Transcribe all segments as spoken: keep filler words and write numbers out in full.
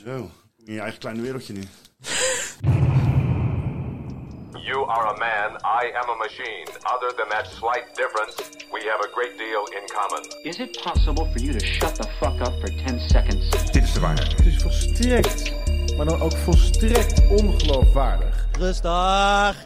Zo, in je eigen kleine wereldje nu. You are a man, I am a machine. Other than that slight difference, we have a great deal in common. Is it possible for you to shut the fuck up for ten seconds? Dit is de waarheid. Het is volstrekt, maar dan ook volstrekt ongeloofwaardig. Rustig.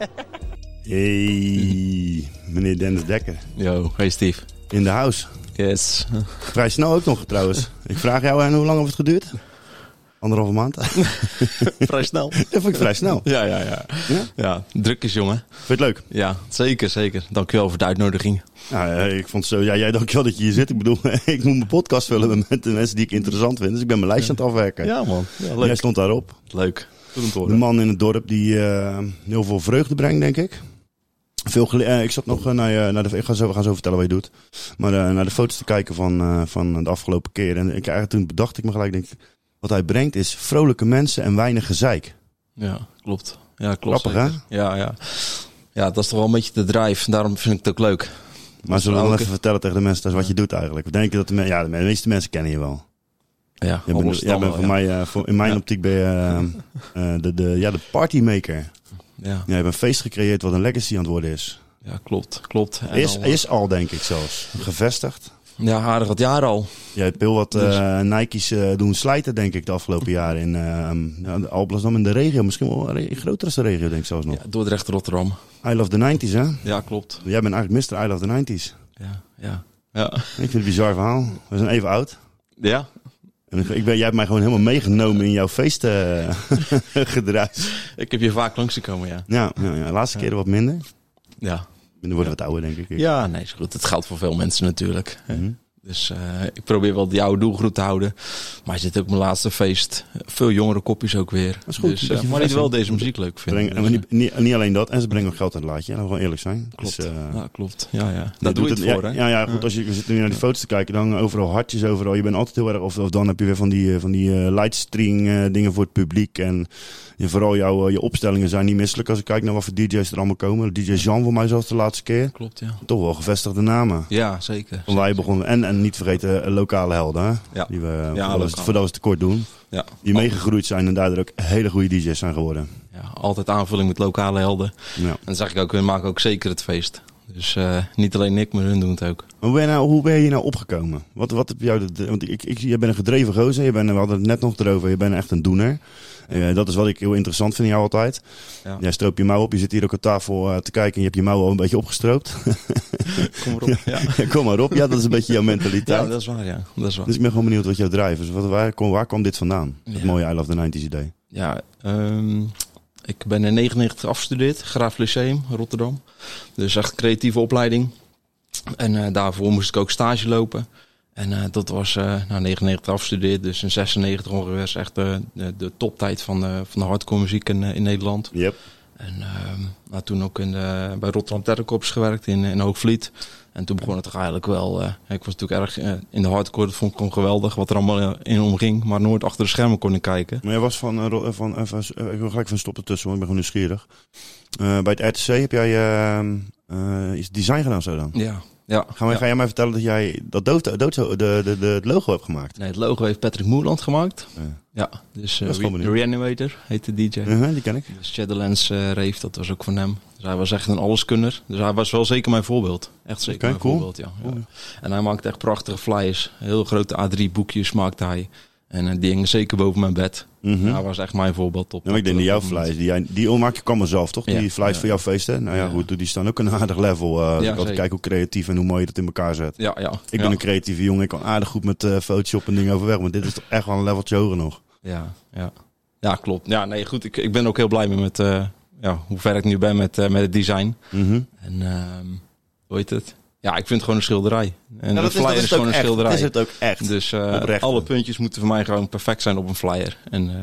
Hey, meneer Dennis Dekker. Yo, hey Steve. In de house. Yes. Vrij snel ook nog trouwens. Ik vraag jou, en hoe lang heeft het geduurd? Anderhalve maand? Vrij snel. Dat vond ik vrij snel. Ja, ja, ja. Ja? Ja, druk is jongen. Vind je het leuk? Ja, zeker, zeker. Dankjewel voor de uitnodiging. Ja, ik vond het zo. Ja, jij dankjewel dat je hier zit. Ik bedoel, ik moet mijn podcast vullen met de mensen die ik interessant vind. Dus ik ben mijn lijstje aan het afwerken. Ja man, ja, En leuk. jij stond daarop. Leuk. Goed om te De horen. man in het dorp die uh, heel veel vreugde brengt, denk ik. Veel gele- uh, ik zat nog uh, naar, je, naar de... Ik ga zo, we gaan zo vertellen wat je doet. Maar uh, naar de foto's te kijken van, uh, van de afgelopen keer. En ik, eigenlijk, toen bedacht ik me gelijk, denk ik, wat hij brengt is vrolijke mensen en weinig gezeik. Ja, klopt. Ja, klopt. Grappig, hè? zeker. Ja, ja. Ja, dat is toch wel een beetje de drive. Daarom vind ik het ook leuk. Maar zullen we dan Elke- even vertellen tegen de mensen thuis wat je doet eigenlijk? We denken dat de, me- ja, de meeste mensen kennen je wel. Ja, Jij bent, jij bent voor ja. mij, uh, voor, in mijn Ja. optiek ben je uh, uh, de, de, ja, de partymaker. Ja, Ja, je hebt een feest gecreëerd wat een legacy aan het worden is. ja, klopt. Klopt. En Is, al- is al, denk ik zelfs. Gevestigd. Ja, aardig wat jaren al. Je hebt heel wat uh, Dus- Nike's uh, doen slijten, denk ik, de afgelopen jaren. In uh, ja, de Alblasserdam in de regio. Misschien wel een grotere regio, denk ik zelfs nog. Ja, Dordrecht, Rotterdam. I love the nineties, hè? Ja, klopt. Jij bent eigenlijk mister I love the nineties. Ja, ja. Ja. Ik vind het een bizar verhaal. We zijn even oud. Ja? En ik, ik ben, jij hebt mij gewoon helemaal meegenomen in jouw feestgedruis. Ik heb je vaak langsgekomen, ja. ja, ja, ja, de laatste keer wat minder. Ja. Dan worden we wat ouder, denk ik. Ja, nee, is goed. Het geldt voor veel mensen natuurlijk. hè. Mhm. Dus uh, ik probeer wel die oude doelgroep te houden. Maar je zit ook op mijn laatste feest. Veel jongere kopjes ook weer. Dat is goed, Dus, een uh, beetje maar die wel verrassing. deze muziek leuk vinden. Breng, en Dus, niet, niet, niet alleen dat, en ze brengen ook geld aan het laadje. Laten we gewoon eerlijk zijn. klopt. Dus, uh, ja, klopt. Ja, ja. je Daar doe je doet het voor, ja, hè? ja, ja, goed. Als je we zitten nu naar die foto's te kijken, dan overal hartjes overal. Je bent altijd heel erg, of, of dan heb je weer van die, uh, van die uh, lightstring uh, dingen voor het publiek. En je, vooral jouw uh, je opstellingen zijn niet misselijk als ik kijk naar wat voor D J's er allemaal komen. D J Jean voor mij zoals de laatste keer. Klopt, ja. Toch wel gevestigde namen. Ja, zeker. Van waar je begonnen. En, en niet vergeten uh, lokale helden. Hè? Ja. Die we, Ja, voordat, we, lokale. voordat we het tekort doen. Ja. Die meegegroeid zijn en daardoor ook hele goede D J's zijn geworden. Ja, altijd aanvulling met lokale helden. Ja. En dan zeg ik ook, we maken ook zeker het feest. Dus uh, niet alleen ik, maar hun doen het ook. Hoe ben je, nou, hoe ben je hier nou opgekomen? Wat, wat heb jou de, want ik, ik, jij bent een gedreven gozer. Je bent, we hadden het net nog erover. Je bent echt een doener. Uh, dat is wat ik heel interessant vind in jou altijd. Ja. Jij stroopt je mouw op. Je zit hier ook aan tafel uh, te kijken. En je hebt je mouw al een beetje opgestroopt. Kom maar op. Ja. Ja, kom maar op. Ja, dat is een beetje jouw mentaliteit. Ja, dat is waar, ja. Dat is waar. Dus ik ben gewoon benieuwd wat jouw drive is. Wat, waar, kom, waar kwam dit vandaan? Het Ja. mooie I Love the nineties idee. Ja, um, ik ben in negenennegentig afgestudeerd, Graaf Lyceum, Rotterdam. Dus echt een creatieve opleiding. En uh, daarvoor moest ik ook stage lopen. En uh, dat was uh, nou, negenennegentig afgestudeerd, dus in zesennegentig ongeveer is echt de, de, de toptijd van de, van de hardcore muziek in, uh, in Nederland. Yep. En um, nou, toen ook in de, bij Rotterdam Terrorkorps gewerkt in, in Hoogvliet. En toen begon het toch eigenlijk wel... Uh, ik was natuurlijk erg uh, in de hardcore, dat vond ik gewoon geweldig wat er allemaal in omging. Maar nooit achter de schermen kon ik kijken. Maar jij was van... Uh, ro- van, uh, van uh, ik wil gelijk van stoppen tussen, want ik ben gewoon nieuwsgierig. Uh, bij het R T C heb jij uh, uh, iets design gedaan zo dan? Ja, ja. Ga, ja. ga jij mij vertellen dat jij dat dood, dood, de, de, de, het logo hebt gemaakt? Nee, het logo heeft Patrick Moerland gemaakt. Ja. Ja, dus uh, Dat is gewoon Re- benieuwd. Reanimator heet de D J. Uh-huh, die ken ik. Dus Shadowlands uh, Rave, dat was ook van hem. Dus hij was echt een alleskunner. Dus hij was wel zeker mijn voorbeeld. Echt zeker Oké, mijn cool. voorbeeld, ja. ja. Cool. En hij maakte echt prachtige flyers. Heel grote A drie boekjes maakte hij. En uh, die hingen zeker boven mijn bed. Mm-hmm. Ja, hij was echt mijn voorbeeld. Op Ja, maar ik denk dat jouw moment. flyers, die, jij, die maak je kan zelf toch? Die Ja, flyers ja. voor jouw feesten? Nou ja, Ja. goed, die staan ook een aardig level. Uh, Ja, ik altijd zeker. kijk hoe creatief en hoe mooi je dat in elkaar zet. Ja, ja. Ik ja. ben een creatieve jongen, ik kan aardig goed met uh, Photoshop en dingen overweg. Maar dit is toch echt wel een leveltje hoger nog. Ja, ja. Ja, klopt. Ja, nee, goed. Ik, ik ben ook heel blij mee met uh, ja, hoe ver ik nu ben met, uh, met het design. Mm-hmm. En uh, hoe heet het? Ja, ik vind het gewoon een schilderij. En Ja, een flyer is, is gewoon een echt. schilderij. Dat is het ook echt. Dus uh, Oprecht. alle puntjes moeten voor mij gewoon perfect zijn op een flyer. En uh,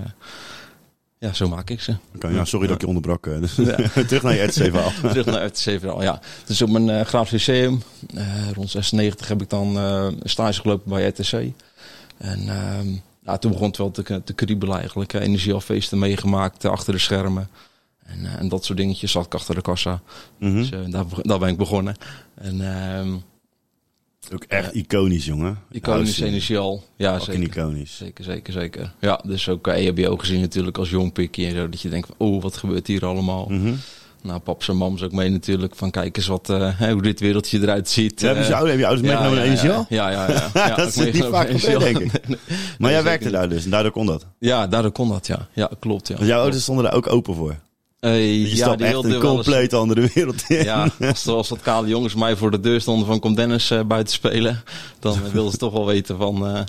ja, zo maak ik ze. Okay, ja, sorry Ja. dat ik je onderbrak. uh, Dus Ja. terug naar je R T C-verhaal. Terug naar het zevenal, ja. Dus op mijn uh, Graafs Lyceum, uh, rond zesennegentig heb ik dan uh, een stage gelopen bij R T C. En uh, nou, toen begon het wel te, te kriebelen eigenlijk. Uh, energiealfeesten meegemaakt uh, achter de schermen. En, uh, en dat soort dingetjes zat ik achter de kassa. Mm-hmm. Dus uh, daar, daar ben ik begonnen. En uh, Ook echt iconisch, jongen. Iconisch, initiaal. Ja, Fucking zeker. iconisch. Zeker, zeker, zeker. Ja, dus ook E H B O gezien natuurlijk als jong pikje en zo. Dat je denkt van, oh, wat gebeurt hier allemaal? Mm-hmm. Nou, paps en mams ook mee natuurlijk. Van kijk eens wat, uh, hoe dit wereldje eruit ziet. Ja, heb, je, heb je ouders ja, meegenomen ja, naar initiaal? Ja, ja, ja. ja. ja dat is niet vaak gebeurd, denk ik. Maar nee, jij werkte daar dus en daardoor kon dat? Ja, daardoor kon dat, ja. Ja, klopt, ja. Want jouw ouders stonden daar ook open voor? Uh, je ja, stapt die echt een wilde wel compleet eens, andere wereld in. Ja, als, als dat kale jongens mij voor de deur stonden van kom Dennis uh, buiten spelen, dan uh, wilden ze toch wel weten van uh,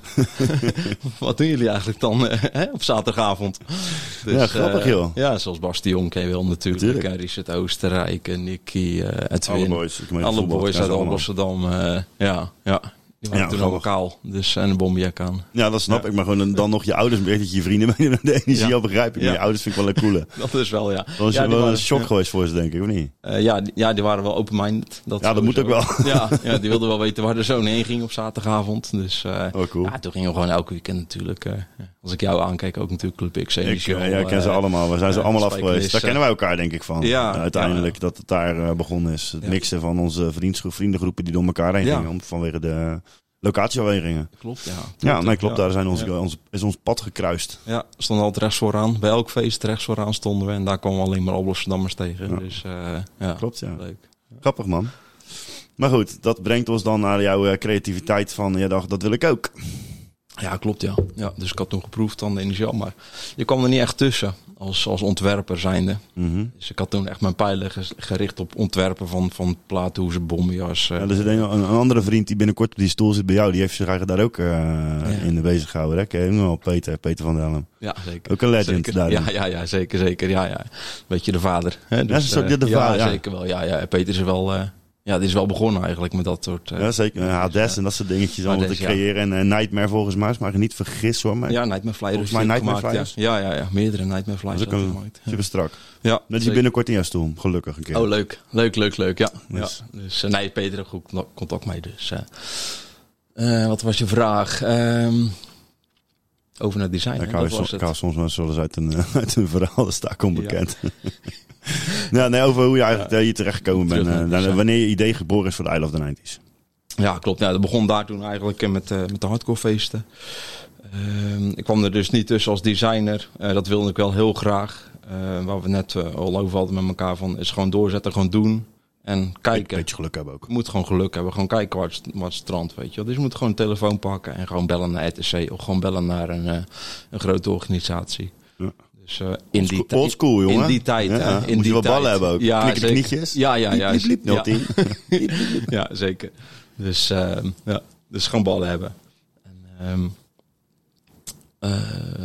wat doen jullie eigenlijk dan uh, hè, op zaterdagavond. Dus, ja, grappig joh. Uh, ja, zoals Bas de Jong ken je wel natuurlijk. natuurlijk. En Richard Oostenrijk en Nicky, uh, Edwin. Alle boys. Ik Alle voetbal, boys uit Amsterdam. Uh, ja, ja. Die waren ja, toen allemaal kaal. Dus, en een bomberjack aan. Ja, dat snap ja. ik. Maar gewoon dan nog je ouders, dat je je vrienden mee naar de energie, ja. begrijp ik. Maar ja. je ouders vind ik wel een coole. Dat is wel, ja. Dat was ja, wel waren, een shock ja. geweest voor ze, denk ik, of niet? Uh, ja, die, ja, die waren wel open-minded. Dat ja, dat moet ook wel. Ja, ja, die wilden wel weten waar de zoon heen ging op zaterdagavond. Dus uh, oh, cool. ja, toen gingen we gewoon elke weekend natuurlijk. Uh, als ik jou aankijk, ook natuurlijk Club X. Ik, uh, ja, ik ken ze uh, allemaal. We zijn ze uh, allemaal af geweest. Daar kennen wij elkaar, denk ik, van. Ja, uh, uiteindelijk, ja. dat het daar uh, begonnen is. Het ja. mixen van onze vriendschap, vriendengroepen die door elkaar heen ja. gingen. Om, vanwege de locatieafwegingen. Klopt, ja. Klopt, ja, nee, klopt. Ja. Daar zijn onze, ja. ons, is ons pad gekruist. Ja, we stonden altijd rechts vooraan. Bij elk feest rechts vooraan stonden we. En daar kwamen we alleen maar Amsterdammers tegen. Ja. Dus, uh, ja, klopt, ja. Leuk. Grappig, man. Maar goed, dat brengt ons dan naar jouw uh, creativiteit van, je dacht, dat wil ik ook. Ja, klopt, ja. ja. Dus ik had toen geproefd aan de initiaal, maar je kwam er niet echt tussen als, als ontwerper zijnde. Mm-hmm. Dus ik had toen echt mijn pijlen gericht op ontwerpen van, van plaathoezen, bommenjas. Uh. Ja, er zit een, een andere vriend die binnenkort op die stoel zit bij jou, die heeft zich eigenlijk daar ook uh, ja. in bezig gehouden. Hè? Ken je hem wel, Peter, Peter van der Helm. Ja, zeker. Ook een legend zeker. daarin. Ja, ja, ja, zeker, zeker. Ja, ja. Beetje de vader. Hè? Dus, ja, is ook de uh, vader. Ja, ja, zeker wel. Ja, ja. Peter is wel... Uh, Ja, dit is wel begonnen eigenlijk met dat soort... Uh, ja, zeker. Uh, H D S dus, uh, en dat soort dingetjes allemaal te creëren. Ja. En uh, Nightmare volgens mij, maar ik niet vergis hoor. Maar ja, Nightmare Flyers. Volgens mij Nightmare gemaakt, Flyers. Ja. ja, ja, ja. Meerdere Nightmare Flyers. Dat is ook een, super strak. Ja, net je binnenkort in jouw stoel, gelukkig een keer. Oh, leuk. Leuk, leuk, leuk. Ja. Dus, ja. dus uh, nee, Peter heeft goed contact mee. Dus, uh, uh, wat was je vraag? Um, over naar design. Ja, ik hou so, soms wel zoals uit een, uit een verhaal, dat sta ik onbekend. Ja. Ja, nee, over hoe je eigenlijk ja. hier terechtgekomen bent. Uh, dan, wanneer je idee geboren is voor de I Love the nineties. Ja, klopt. Ja, dat begon daar toen eigenlijk met, uh, met de hardcore feesten. Uh, ik kwam er dus niet tussen als designer. Uh, dat wilde ik wel heel graag. Uh, waar we net uh, al over hadden met elkaar van is gewoon doorzetten, gewoon doen. En kijken. Een beetje geluk hebben ook. Je moet gewoon geluk hebben. Gewoon kijken waar het, waar het strand, weet je wel. Dus je moet gewoon een telefoon pakken en gewoon bellen naar R T C. Of gewoon bellen naar een, uh, een grote organisatie. Ja. Dus uh, in die tijd. Old school, jongen. In die tijd. Ja, hè, in moet die je wel tijd. ballen hebben ook. Ja, Klikken de knietjes. Ja, ja, ja. Liep, liep, liep, ja. Ja, zeker. Dus, uh, ja. dus gewoon ballen hebben. En, um, uh,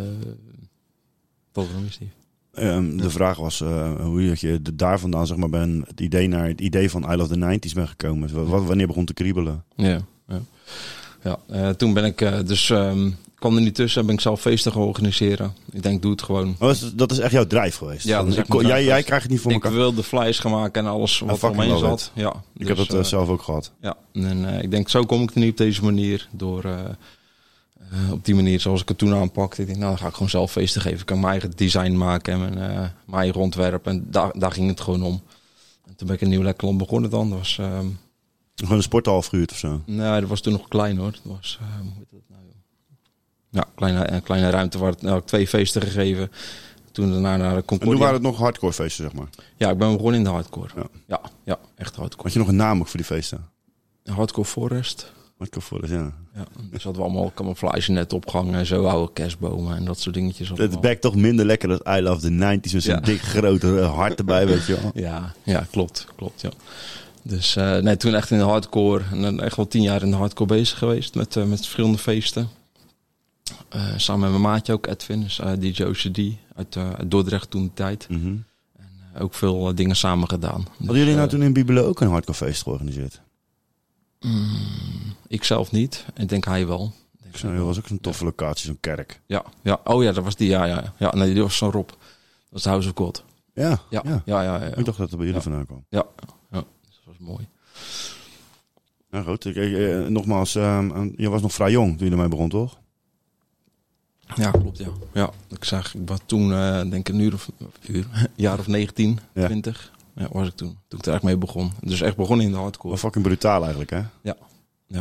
wat was die? Um, de ja. vraag was uh, hoe je, je daar vandaan zeg maar, ben, het idee naar het idee van I Love the nineties bent gekomen. Wat, wanneer begon te kriebelen? Ja, ja. ja uh, toen ben ik uh, dus um, kwam er niet tussen, ben ik zelf feesten gaan organiseren. Ik denk, doe het gewoon. Oh, dat is echt jouw drijf geweest? Ja, dat is ik, jij, jij krijgt het niet voor ik elkaar? Ik wilde flyers gaan maken en alles wat er omheen zat. Ja, ik dus, heb dat uh, uh, zelf ook gehad. Ja, en uh, ik denk, zo kom ik er niet op deze manier. Door uh, uh, op die manier zoals ik het toen aanpakte. Ik denk, nou dan ga ik gewoon zelf feesten geven. Ik kan mijn eigen design maken en mijn, uh, mijn eigen ontwerp. En daar, daar ging het gewoon om. En toen ben ik een nieuw Lekkerland begonnen dan. Dat was... Uh, Gewoon een sporthal verhuurd of zo? Nee, dat was toen nog klein hoor. Dat was, uh, hoe heet dat nou? Ja, kleine, een kleine ruimte waar het, nou, ik twee feesten gegeven. Toen daarna naar de Concordia. En toen waren het nog hardcore feesten, zeg maar? Ja, ik ben begonnen in de hardcore. Ja, ja, ja echt hardcore. Had je nog een naam ook voor die feesten? Hardcore Forest. Hardcore Forest, ja. Ja, dus hadden we allemaal camouflage net opgehangen en zo, oude kerstbomen en dat soort dingetjes. Het bekt toch minder lekker dan I Love the nineties met zo'n ja. dik grote hart erbij, weet je wel. Ja, ja, klopt, klopt, ja. Dus uh, nee, toen echt in de hardcore. En dan echt wel tien jaar in de hardcore bezig geweest. Met, uh, met verschillende feesten. Uh, samen met mijn maatje ook, Edwin. Dus, uh, D J O C D uit, uh, uit Dordrecht toen de tijd. Mm-hmm. En uh, ook veel uh, dingen samen gedaan. Hadden dus, jullie nou uh, toen in Bibelen ook een hardcore feest georganiseerd? Mm, ik zelf niet. Ik denk hij wel. Denk zo, dat was ook een toffe locatie, zo'n kerk. Ja, ja. Oh ja, dat was die. Ja, ja, ja. Nee, die was zo'n Rob. Dat was de House of God. Ja, ja, ja. ja, ja, ja, ja. Ik dacht dat het bij jullie ja. vandaan kwam. Ja, ja. Dat was mooi. Nou goed, ik, ik, nogmaals, uh, je was nog vrij jong toen je ermee begon, toch? Ja, klopt, ja. Ja, ik zag, ik was toen, uh, denk ik, een uur of, uur, jaar of negentien, ja. twintig. Ja, was ik toen. Toen ik er echt mee begon. Dus echt begonnen in de hardcore. Wel fucking brutaal eigenlijk, hè? Ja, ja.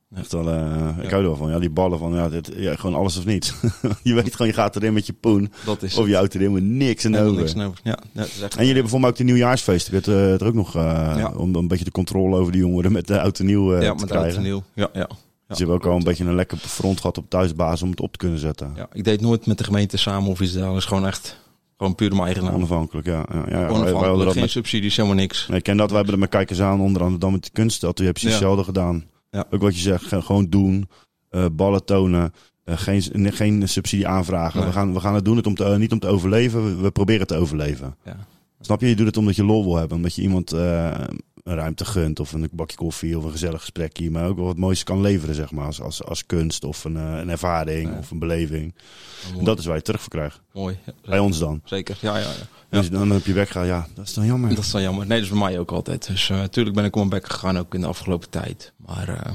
Echt wel, uh, ik hou er wel van. Ja, die ballen van, ja, dit, ja, gewoon alles of niets. Je weet gewoon, je gaat erin met je poen. Dat is of je het. houdt erin met niks en over. Niks en over. Ja, ja, dat is echt... En jullie hebben voor mij ook de nieuwjaarsfeest. Ik weet uh, er ook nog, uh, ja. om een beetje de controle over de jongeren met de oud en nieuw uh, ja, te met krijgen. oud en nieuw. Ja, ja. Ja, dus je hebt ook al een beetje een lekker front gehad op thuisbasis om het op te kunnen zetten. Ja, ik deed nooit met de gemeente samen of iets dergelijks. Gewoon echt, gewoon puur mijn eigen naam. Onafhankelijk, ja. ja, ja Onafhankelijk, wij, wij geen met... subsidies, helemaal niks. Nee, ik ken dat. Wij hebben er met kijkers aan, onder andere dan met de kunst. Dat heb je precies hetzelfde ja. gedaan. Ja. Ook wat je zegt, gewoon doen, uh, ballen tonen, uh, geen, geen subsidie aanvragen. Nee. We, gaan, we gaan het doen, het om te, uh, niet om te overleven, we, we proberen te overleven. Ja. Snap je? Je doet het omdat je lol wil hebben, omdat je iemand uh, een ruimte gunt of een bakje koffie of een gezellig gesprekje, maar ook wel wat moois kan leveren, zeg maar, als, als, als kunst of een, uh, een ervaring ja. of een beleving. En dat is waar je terug voor krijgt. Mooi. Ja, bij ons dan. Zeker, ja, ja, ja. En als je dan op je bek gaat, ja, dat is dan jammer. Dat is dan jammer. Nee, dat is bij mij ook altijd. Dus natuurlijk uh, ben ik op mijn bek gegaan, ook in de afgelopen tijd. Maar uh, uh,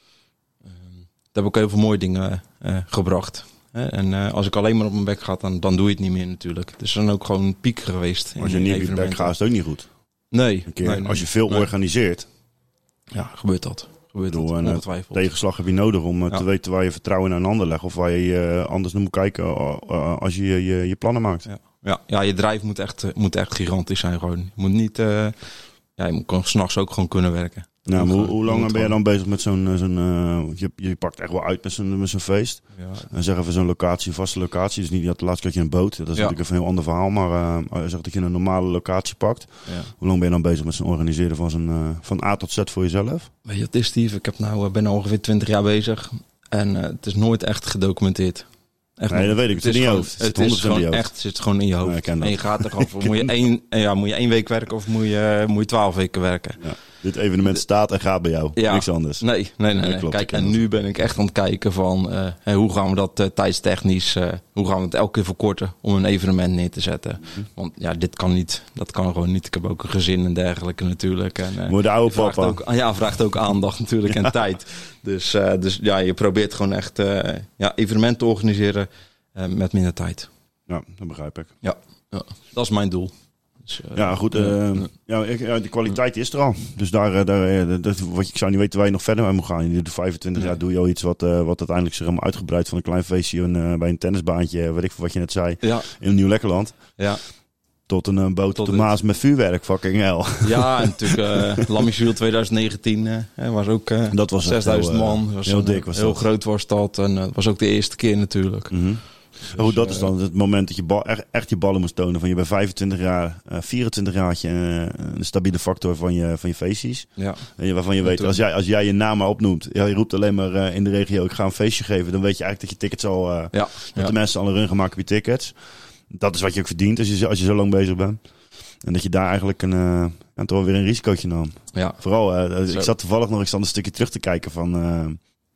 daar heb ik heel veel mooie dingen uh, gebracht. Hè? En uh, als ik alleen maar op mijn bek ga, dan, dan doe je het niet meer natuurlijk. Dus er is dan ook gewoon een piek geweest. Maar als je niet op je bek gaat, is het ook niet goed. Nee. Een keer, nee, nee als je veel nee. organiseert. Ja, gebeurt dat. Gebeurt dat, ongetwijfeld. Tegenslag heb je nodig om ja. te weten waar je vertrouwen in een ander legt. Of waar je uh, anders naar moet kijken uh, als je, je je plannen maakt. Ja, ja, ja je drijf moet echt, moet echt gigantisch zijn. Gewoon. Je moet niet... Uh, ja, je moet 's nachts ook gewoon kunnen werken. Nou, maar hoe, hoe lang ben je dan bezig met zo'n... zo'n uh, je, je pakt echt wel uit met zo'n, met zo'n feest. Ja. En zeg even zo'n locatie, een vaste locatie. Dus niet dat laatst had je een boot. Dat is ja. natuurlijk een heel ander verhaal. Maar uh, zeg dat je een normale locatie pakt. Ja. Hoe lang ben je dan bezig met zo'n organiseren van, zo'n, uh, van A tot Z voor jezelf? Weet je, het is Steve. Ik heb nou, ben nu ongeveer twintig jaar bezig. En uh, het is nooit echt gedocumenteerd. Echt nee, dat weet ik. Het, het is in je gewoon, hoofd. Het, het is gewoon echt, zit gewoon in je hoofd. Ja, en je gaat er gewoon voor. Moet je, één, ja, moet je één week werken of moet je, moet je twaalf weken werken? Ja. Dit evenement staat en gaat bij jou. Ja. Niks anders. Nee, nee, nee. nee. Klopt, Kijk, en nu ben ik echt aan het kijken van uh, hey, hoe gaan we dat uh, tijdstechnisch, uh, hoe gaan we het elke keer verkorten om een evenement neer te zetten. Mm-hmm. Want ja, dit kan niet. Dat kan gewoon niet. Ik heb ook een gezin en dergelijke natuurlijk. En, uh, Moet de oude vraagt papa. Ook, ja, vraagt ook aandacht natuurlijk en tijd. Dus, uh, dus ja, je probeert gewoon echt uh, ja, evenementen te organiseren uh, met minder tijd. Ja, dat begrijp ik. Ja, ja. Dat is mijn doel. Dus, uh, ja, goed. Uh, ja, ja, de kwaliteit is er al. Dus daar, daar dat, wat, ik zou niet weten waar je nog verder mee moet gaan. In de vijfentwintig nee. jaar doe je al iets wat, uh, wat uiteindelijk zich helemaal uitgebreid van een klein feestje en, uh, bij een tennisbaantje, weet ik wat je net zei, ja. in een Nieuw-Lekkerland. Ja. Tot een uh, boot tot op de Maas het. met vuurwerk, fucking hell. Ja, en natuurlijk uh, Lammieswiel twintig negentien uh, was ook uh, dat was zesduizend heel, man. Was heel een, dik was Heel dat. groot was dat en dat uh, was ook de eerste keer natuurlijk. Mm-hmm. Dus, Goed, dat is dan het moment dat je bal, echt, echt je ballen moest tonen. Van je bent vijfentwintig jaar, uh, vierentwintig jaar had je uh, een stabiele factor van je, van je feestjes. Ja. En je, waarvan je weet, als jij, als jij je naam maar opnoemt, ja, je roept alleen maar uh, in de regio, ik ga een feestje geven. Dan weet je eigenlijk dat je tickets al, uh, ja. dat ja. de mensen al een run gaan maken op je tickets. Dat is wat je ook verdient als je, als je zo lang bezig bent. En dat je daar eigenlijk een, uh, ja, toch wel weer een risicootje nam. Ja. Vooral, uh, ik zat toevallig nog, ik zat een stukje terug te kijken van... Uh,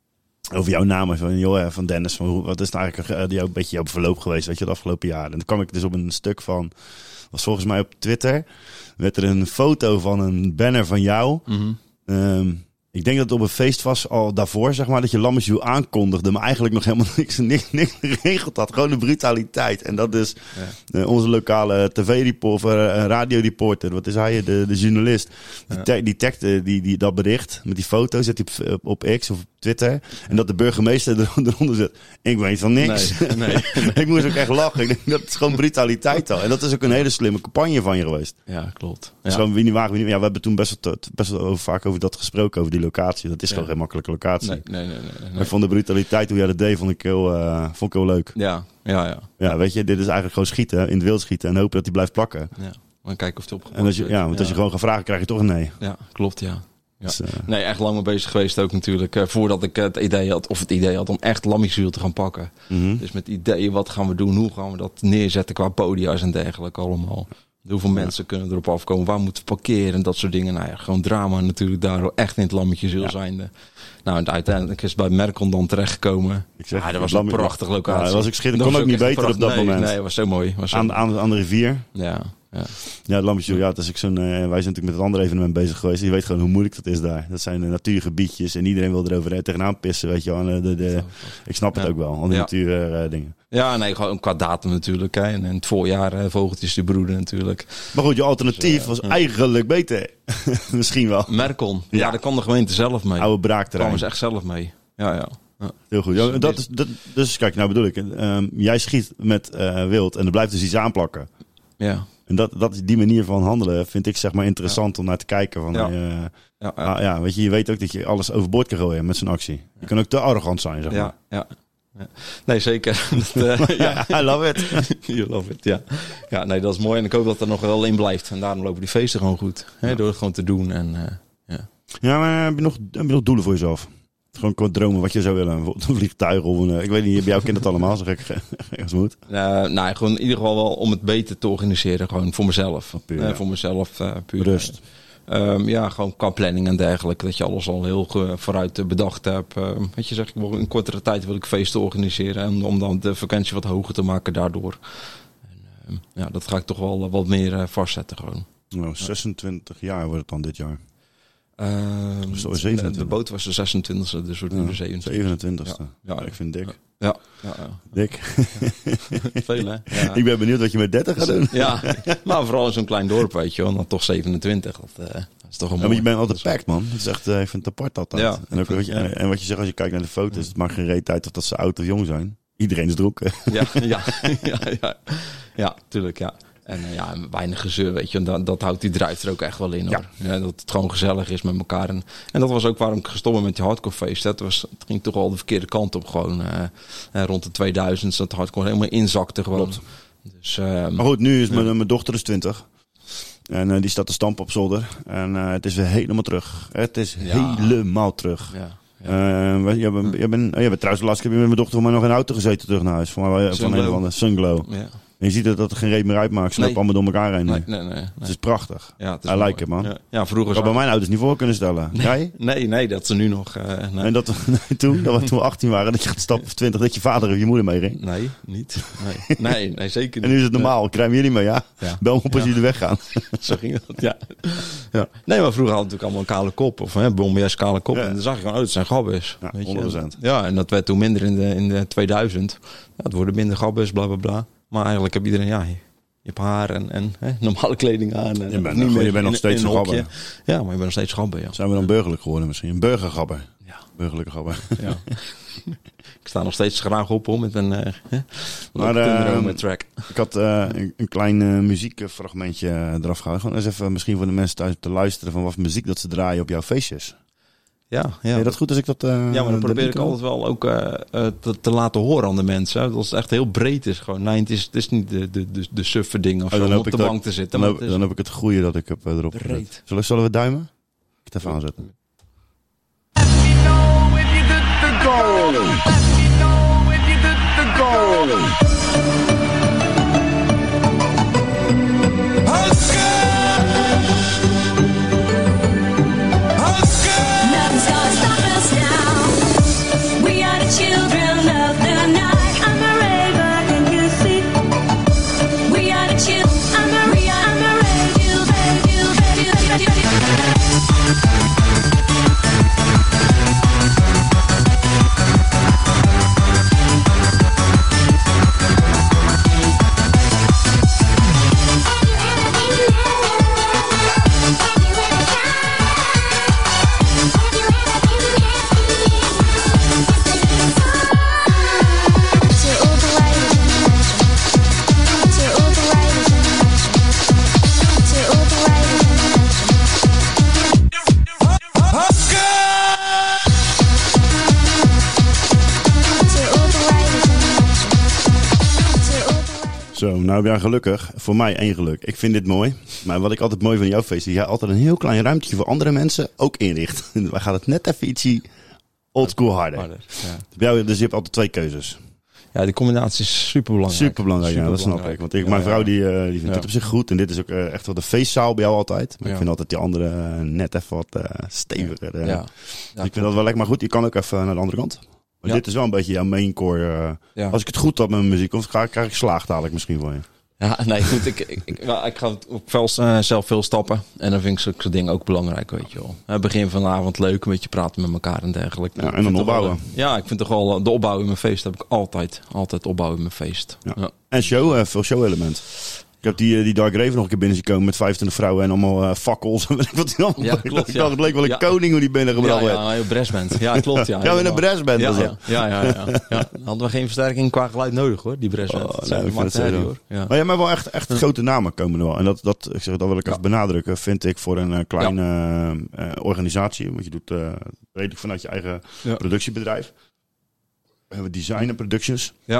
over jouw naam, van, joh, van Dennis, van, wat is nou eigenlijk uh, een beetje jouw verloop geweest, weet je, het afgelopen jaar. En dan kwam ik dus op een stuk van, was volgens mij op Twitter, werd er een foto van een banner van jou. Mm-hmm. Um, ik denk dat het op een feest was al daarvoor, zeg maar, dat je Lammertje aankondigde, maar eigenlijk nog helemaal niks, niks, niks geregeld had. Gewoon de brutaliteit. En dat is ja. uh, onze lokale tv-reporter, uh, radioreporter, wat is hij, de, de journalist. Die, te, die tagde die, die, dat bericht met die foto, zet hij op, op X of op Twitter. En dat de burgemeester er, eronder zet. Ik weet van niks. Nee, nee, nee. Ik moest ook echt lachen. Ik denk, dat is gewoon brutaliteit al. En dat is ook een hele slimme campagne van je geweest. Ja, klopt. Ja. Dus gewoon, wie niet wagen, wie niet, ja, we hebben toen best wel, best wel over, vaak over dat gesproken, over die locatie. Dat is ja. gewoon geen makkelijke locatie. Nee, nee, nee, nee, nee. Maar ik vond de brutaliteit hoe jij dat deed, vond ik heel, uh, vond ik heel leuk. Ja, ja, ja. Ja, weet je, dit is eigenlijk gewoon schieten, in het wild schieten en hopen dat hij blijft plakken. Ja, maar kijken of hij opgepakt en als je, wordt. Ja, want ja. als je gewoon gaat vragen, krijg je toch een nee. Ja, klopt, ja. Ja. Dus, uh, nee, echt lang mee bezig geweest ook natuurlijk. Uh, voordat ik het idee had, of het idee had om echt Lammieswiel te gaan pakken. Mm-hmm. Dus met ideeën, wat gaan we doen? Hoe gaan we dat neerzetten qua podia's en dergelijke allemaal. Hoeveel ja. mensen kunnen erop afkomen? Waar moeten we parkeren? En dat soort dingen. Nou ja, gewoon drama natuurlijk daardoor echt in het Lammetjeswiel ja. zijnde. Nou, en uiteindelijk is het bij Merkon dan terechtgekomen. Ik zeg, ja, dat was een prachtige locatie. Ja, dat was ook schitterend. Kon ook, ook niet beter op dat nee, moment. Nee, het was zo mooi. Was zo aan, mooi. Aan, aan de rivier. Ja, Ja. Ja, het Lambertje, ja, dat is ook zo'n, uh, wij zijn natuurlijk met het andere evenement bezig geweest. Je weet gewoon hoe moeilijk dat is daar. Dat zijn uh, natuurgebiedjes en iedereen wil erover uh, tegenaan pissen, weet je wel. De, de, de, ik snap het ja. ook wel, al die Ja. natuur uh, dingen. Ja, nee, gewoon qua datum natuurlijk. Hè. En in het voorjaar uh, vogeltjes te broeden natuurlijk. Maar goed, je alternatief Dus, uh, was ja. eigenlijk beter. Misschien wel. Mercon. Ja, Ja. daar kwam de gemeente zelf mee. Oude Daar braakterrein. kwamen ze echt zelf mee. Ja, ja. ja. Heel goed. Ja, dat is, dat, dus kijk, nou bedoel ik. Um, jij schiet met uh, wild en er blijft dus iets aanplakken. Ja. En dat, dat, die manier van handelen vind ik zeg maar interessant Ja. om naar te kijken. Van, Ja. uh, Ja, ja. ah, ja, weet je, je weet ook dat je alles overboord kan gooien met zo'n actie. Je kan ook te arrogant zijn, zeg maar. Ja, ja, ja. Nee, zeker. Dat, uh, ja. I love it. You love it, ja. Ja, nee, dat is mooi. En ik hoop dat er nog wel in blijft. En daarom lopen die feesten gewoon goed. Hè, door het gewoon te doen. En, uh, ja. Ja, maar heb je, nog, heb je nog doelen voor jezelf? Gewoon kort dromen wat je zou willen. Bijvoorbeeld een vliegtuig of een... Ik weet niet, bij jou kent het allemaal, zeg ik. Als moet. Uh, nou, gewoon in ieder geval wel om het beter te organiseren. Gewoon voor mezelf. Puur, Uh, ja. voor mezelf. Uh, puur, Rust. Um, ja, gewoon qua planning en dergelijke. Dat je alles al heel ge- vooruit uh, bedacht hebt. Uh, weet je, zeg ik, wel, in kortere tijd wil ik feesten organiseren. En om dan de vakantie wat hoger te maken daardoor. En, um, ja, dat ga ik toch wel uh, wat meer uh, vastzetten gewoon. Nou, zesentwintig jaar wordt het dan dit jaar. Um, Dus dat was de, zevenentwintig. de boot was de zesentwintigste, dus wordt nu Ja, de zevenentwintigste. zevenentwintigste. Ja. Ja, ik vind het dik. Ja, ja, ja. Dik. Veel hè? Ja. Ik ben benieuwd wat je met dertig gaat doen. Ja, maar vooral in zo'n klein dorp, weet je wel. Dan toch zevenentwintig. Dat, uh, dat is toch een Ja, mooi. maar je bent altijd packed, man. Dat is echt, uh, ik vind het apart altijd. Ja, en, ook, ik wat je, vind- en wat je zegt als je kijkt naar de foto's, het maakt geen reet uit of dat ze oud of jong zijn. Iedereen is dronken. Ja, ja, ja, ja, ja, tuurlijk, ja. En uh, ja, weinig gezeur, weet je. En dat, dat houdt die drive er ook echt wel in, hoor. Ja, dat het gewoon gezellig is met elkaar. En, en dat was ook waarom ik gestopt ben met die hardcore feest. Het, was, het ging toch al de verkeerde kant op, gewoon. Uh, uh, rond de tweeduizend, dat hardcore helemaal inzakte gewoon. Klopt. Dus, uh, Maar goed, nu is mijn, mijn dochter dus twintig. En uh, die staat te stampen op zolder. En uh, het is weer helemaal terug. Het is Ja. helemaal terug. ja, ja. Uh, jij bent, jij bent, oh, jij bent trouwens de laatste keer met mijn dochter voor mij nog in de auto gezeten terug naar huis. Van, van Sunglow. een of andere Sunglow. ja. En je ziet dat dat er geen reet meer uitmaakt. Ze Nee. lopen allemaal door elkaar heen. Nee, nu. nee, nee. nee. Het is prachtig. Ja, het is I mooi. like it, man. Ja, ja vroeger Ik had bij zag- mijn ouders niet voor kunnen stellen. Jij? Nee, nee, dat ze nu nog... Uh, nee. En dat nee, toen, dat we toen we achttien waren, dat je gaat stappen of twintig, dat je vader of je moeder mee ging. Nee, niet. Nee, nee, nee zeker niet. En nu is het normaal. Krijgen jullie mee, ja? Ja. Bel me op als Ja. jullie weggaan. Zo ging dat, ja. ja. Nee, maar vroeger hadden we natuurlijk allemaal een kale kop. Of hè, Bombejas kale kop. Ja. En dan zag je gewoon, oh, het zijn gabbers. Ja, weet je. honderd procent. Ja, en dat werd toen minder in de, in de tweeduizend. Ja, het worden minder gabbers, bla, bla, bla. Maar eigenlijk heb iedereen, ja, je, je hebt haar en, en hè, normale kleding aan. En, Je bent of nog- je bent in- nog steeds in een hokje. gabber. Ja, maar je bent nog steeds gabber, ja. Zijn we dan burgerlijk geworden misschien? Een burgergabber. Ja. Burgerlijke gabber. ja. Ik sta nog steeds graag op, hoor, met een uh, Maar, maar, uh, track. Ik had uh, een, een klein uh, muziekfragmentje eraf gehaald. Gewoon eens even misschien voor de mensen thuis te luisteren van wat voor muziek dat ze draaien op jouw feestjes. Ja, ja. Vind je dat goed als ik dat... Uh, Ja, maar dan probeer erin ik kan? altijd wel ook uh, uh, te, te laten horen aan de mensen. Hè. Dat het echt heel breed is. Gewoon. Nee, het is, het is niet de, de, de, de suffe ding of Oh, zo dan om hoop op ik de dat- bank te zitten. Dan, Maar heb, het is dan heb ik het goede dat ik heb uh, erop gezet. breed. Zullen, zullen we duimen? Ik het even aanzetten. Nothing's gonna stop us now. We are the children of the night. I'm a raver, can you see? We are the children. I'm a Maria, I'm a rave. You, rave, you, rave, you, rave, you. Zo, nou ben je gelukkig. Voor mij één geluk. Ik vind dit mooi. Maar wat ik altijd mooi vind van jouw feest is jij altijd een heel klein ruimtje voor andere mensen ook inricht. Wij gaan het net even ietsie oldschool harder. Harder, ja. Bij jou, dus je hebt altijd twee keuzes. Ja, die combinatie is super belangrijk. Super belangrijk, ja, dat snap ik. Want ik, mijn vrouw die, uh, die vindt Ja. het op zich goed. En dit is ook uh, echt wel de feestzaal bij jou altijd. Maar Ja. ik vind altijd die andere uh, net even wat uh, steviger. Uh. Ja. Ja, Dus ik vind dat wel lekker. Maar goed, je kan ook even naar de andere kant. Maar Ja. dit is wel een beetje jouw maincore. Uh, Ja. Als ik het goed had met mijn muziek, of krijg ik slaag dadelijk misschien voor je. Ja, nee, goed. Ik, ik, ik, nou, ik ga op veld uh, zelf veel stappen. En dan vind ik zulke dingen ook belangrijk, weet je wel. Uh, begin van de avond leuk, een beetje praten met elkaar en dergelijke. Ja, en dan opbouwen. Wel, ja, ik vind toch wel de opbouw in mijn feest heb ik altijd. Altijd opbouwen in mijn feest. Ja. Ja. En show, uh, veel show-element. Ik heb die, die Dark Raven nog een keer binnen zien komen met vijfentwintig vrouwen en allemaal uh, fakkels. En weet ik wat die allemaal Ja, deed. klopt, Ik ja. dacht, het leek wel een Ja. koning hoe die binnengebracht Ja, werd. ja, ja, brassband. Ja, klopt. Ja, Ja, met een brassband Ja, was ja, dat. ja, ja, ja, ja. Dan hadden we geen versterking qua geluid nodig hoor, die brassband. Oh, Dat nee, zijn ik de vind het herrie, zo. hoor. Ja. Maar ja, maar wel echt, echt grote namen komen er wel. En dat, dat, ik zeg, dat wil ik Ja. even benadrukken, vind ik voor een uh, kleine uh, uh, organisatie. Want je doet uh, redelijk vanuit je eigen Ja. productiebedrijf. We hebben design en productions. Ja.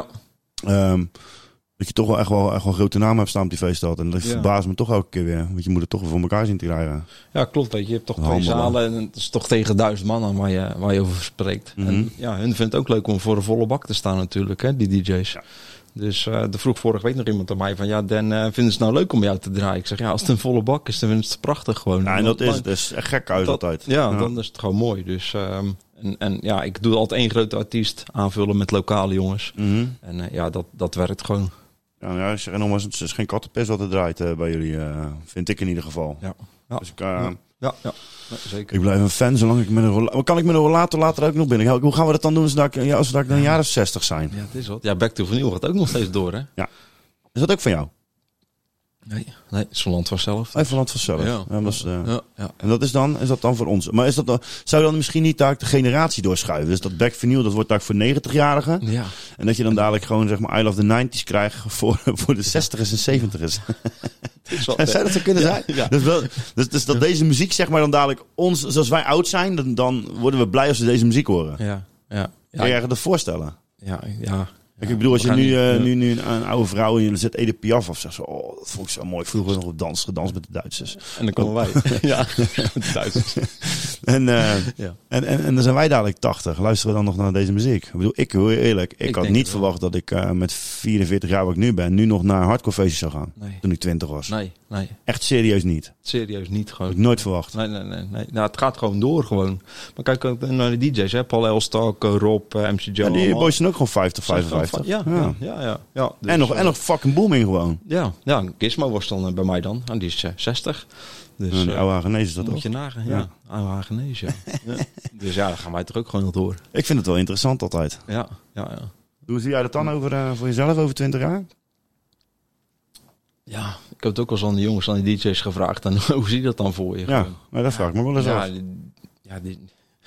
Um, dat je toch wel echt wel, echt wel grote namen hebt staan op die feeststad. En dat Ja. verbaast me toch elke keer weer. Want je moet het toch wel voor elkaar zien te krijgen. Ja, klopt. Weet je, je hebt toch twee Handelen. zalen en het is toch tegen duizend man aan waar je, waar je over spreekt. Mhm. En ja, hun vindt het ook leuk om voor een volle bak te staan natuurlijk, hè, die D J's. Ja. Dus uh, er vroeg vorige week nog iemand aan mij van, ja, Dan, uh, vinden ze het nou leuk om jou te draaien? Ik zeg, ja, als het een volle bak is, dan vinden ze het prachtig gewoon. Ja, en dat Dan- is, dat is echt gek uit dat- altijd. Ja, dan is het gewoon mooi. Dus, um, en, en ja, ik doe altijd één grote artiest aanvullen met lokale jongens. Mhm. En uh, ja, dat, dat werkt gewoon. Ja, ja, ik zeg nogmaals, het is geen kattenpis wat er draait uh, bij jullie. Uh, vind ik in ieder geval. Ja, ja, Dus ik, uh, ja, ja, ja. Nee, zeker. ik blijf een fan zolang ik met een rollator... Kan ik met een rollator later ook nog binnen? Hoe gaan we dat dan doen zodat ik, ja, als we dan een jaar of zestig zijn? Ja, het is wat. Ja, Back to Vinyl gaat ook nog steeds door, hè? Is dat ook van jou? Nee, nee, het is van land vanzelf. Even van het vanzelf. Ja. Ja, dat is, uh, Ja, ja. En dat is dan, is dat dan voor ons? Maar is dat dan, zou je dan misschien niet daar de generatie doorschuiven? Dus dat back vinyl, dat wordt daar voor negentig-jarigen. Ja. En dat je dan dadelijk gewoon zeg maar I Love the nineties krijgt voor, voor de zestigers en zeventigers. Het is wat, Zou dat zo kunnen zijn? ja. Dus, wel, dus, dus dat deze muziek zeg maar dan dadelijk ons, zoals wij oud zijn, dan, dan worden we blij als we deze muziek horen. Ja, ja. Ja, Kan je je dat voorstellen? ja, ja. Kijk, ik bedoel, als je we gaan nu, niet- uh, ja. nu, nu een, een oude vrouw en je zet Edith Piaf of zo, oh, dat vond ik zo mooi. Vroeger nog op dans, gedanst met de Duitsers. En dan komen wij. ja, de Duitsers. En, uh, Ja. en, en, en dan zijn wij dadelijk tachtig. Luisteren we dan nog naar deze muziek? Ik bedoel, ik heel eerlijk, ik, Ik had denk niet het wel. verwacht dat ik uh, met vierenveertig jaar wat ik nu ben, nu nog naar hardcore feestjes zou gaan. Nee. Toen ik twintig was. Nee, nee. Echt serieus niet. Serieus niet gewoon. Had ik nooit verwacht. Nee, nee, nee. nee. Nou, het gaat gewoon door gewoon. Maar kijk ook naar de D J's, hè. Paul Elstak, Rob, uh, M C Joe. Ja, die allemaal. boys zijn ook gewoon vijftig, Zijn gewoon vijfenvijftig. van- Ja, ja, ja. ja, ja. Dus, en, nog, uh, en nog fucking booming gewoon. Ja, ja. Gizmo was dan uh, bij mij dan. En die is uh, zestig. Dus, En die uh, oude Hagenees is dat moet ook. je nagaan, ja. Ja. Oude Hagenees, ja. ja. Dus ja, dan gaan wij toch ook gewoon nog door. Ik vind het wel interessant altijd. Ja, ja, ja. Hoe zie jij dat dan over, uh, voor jezelf over twintig jaar? Ja, ik heb het ook wel eens aan de jongens, aan die D J's gevraagd. En hoe zie je dat dan voor je? Ja, Gewoon. maar dat vraag ik me wel eens ja, af. die- ja, die...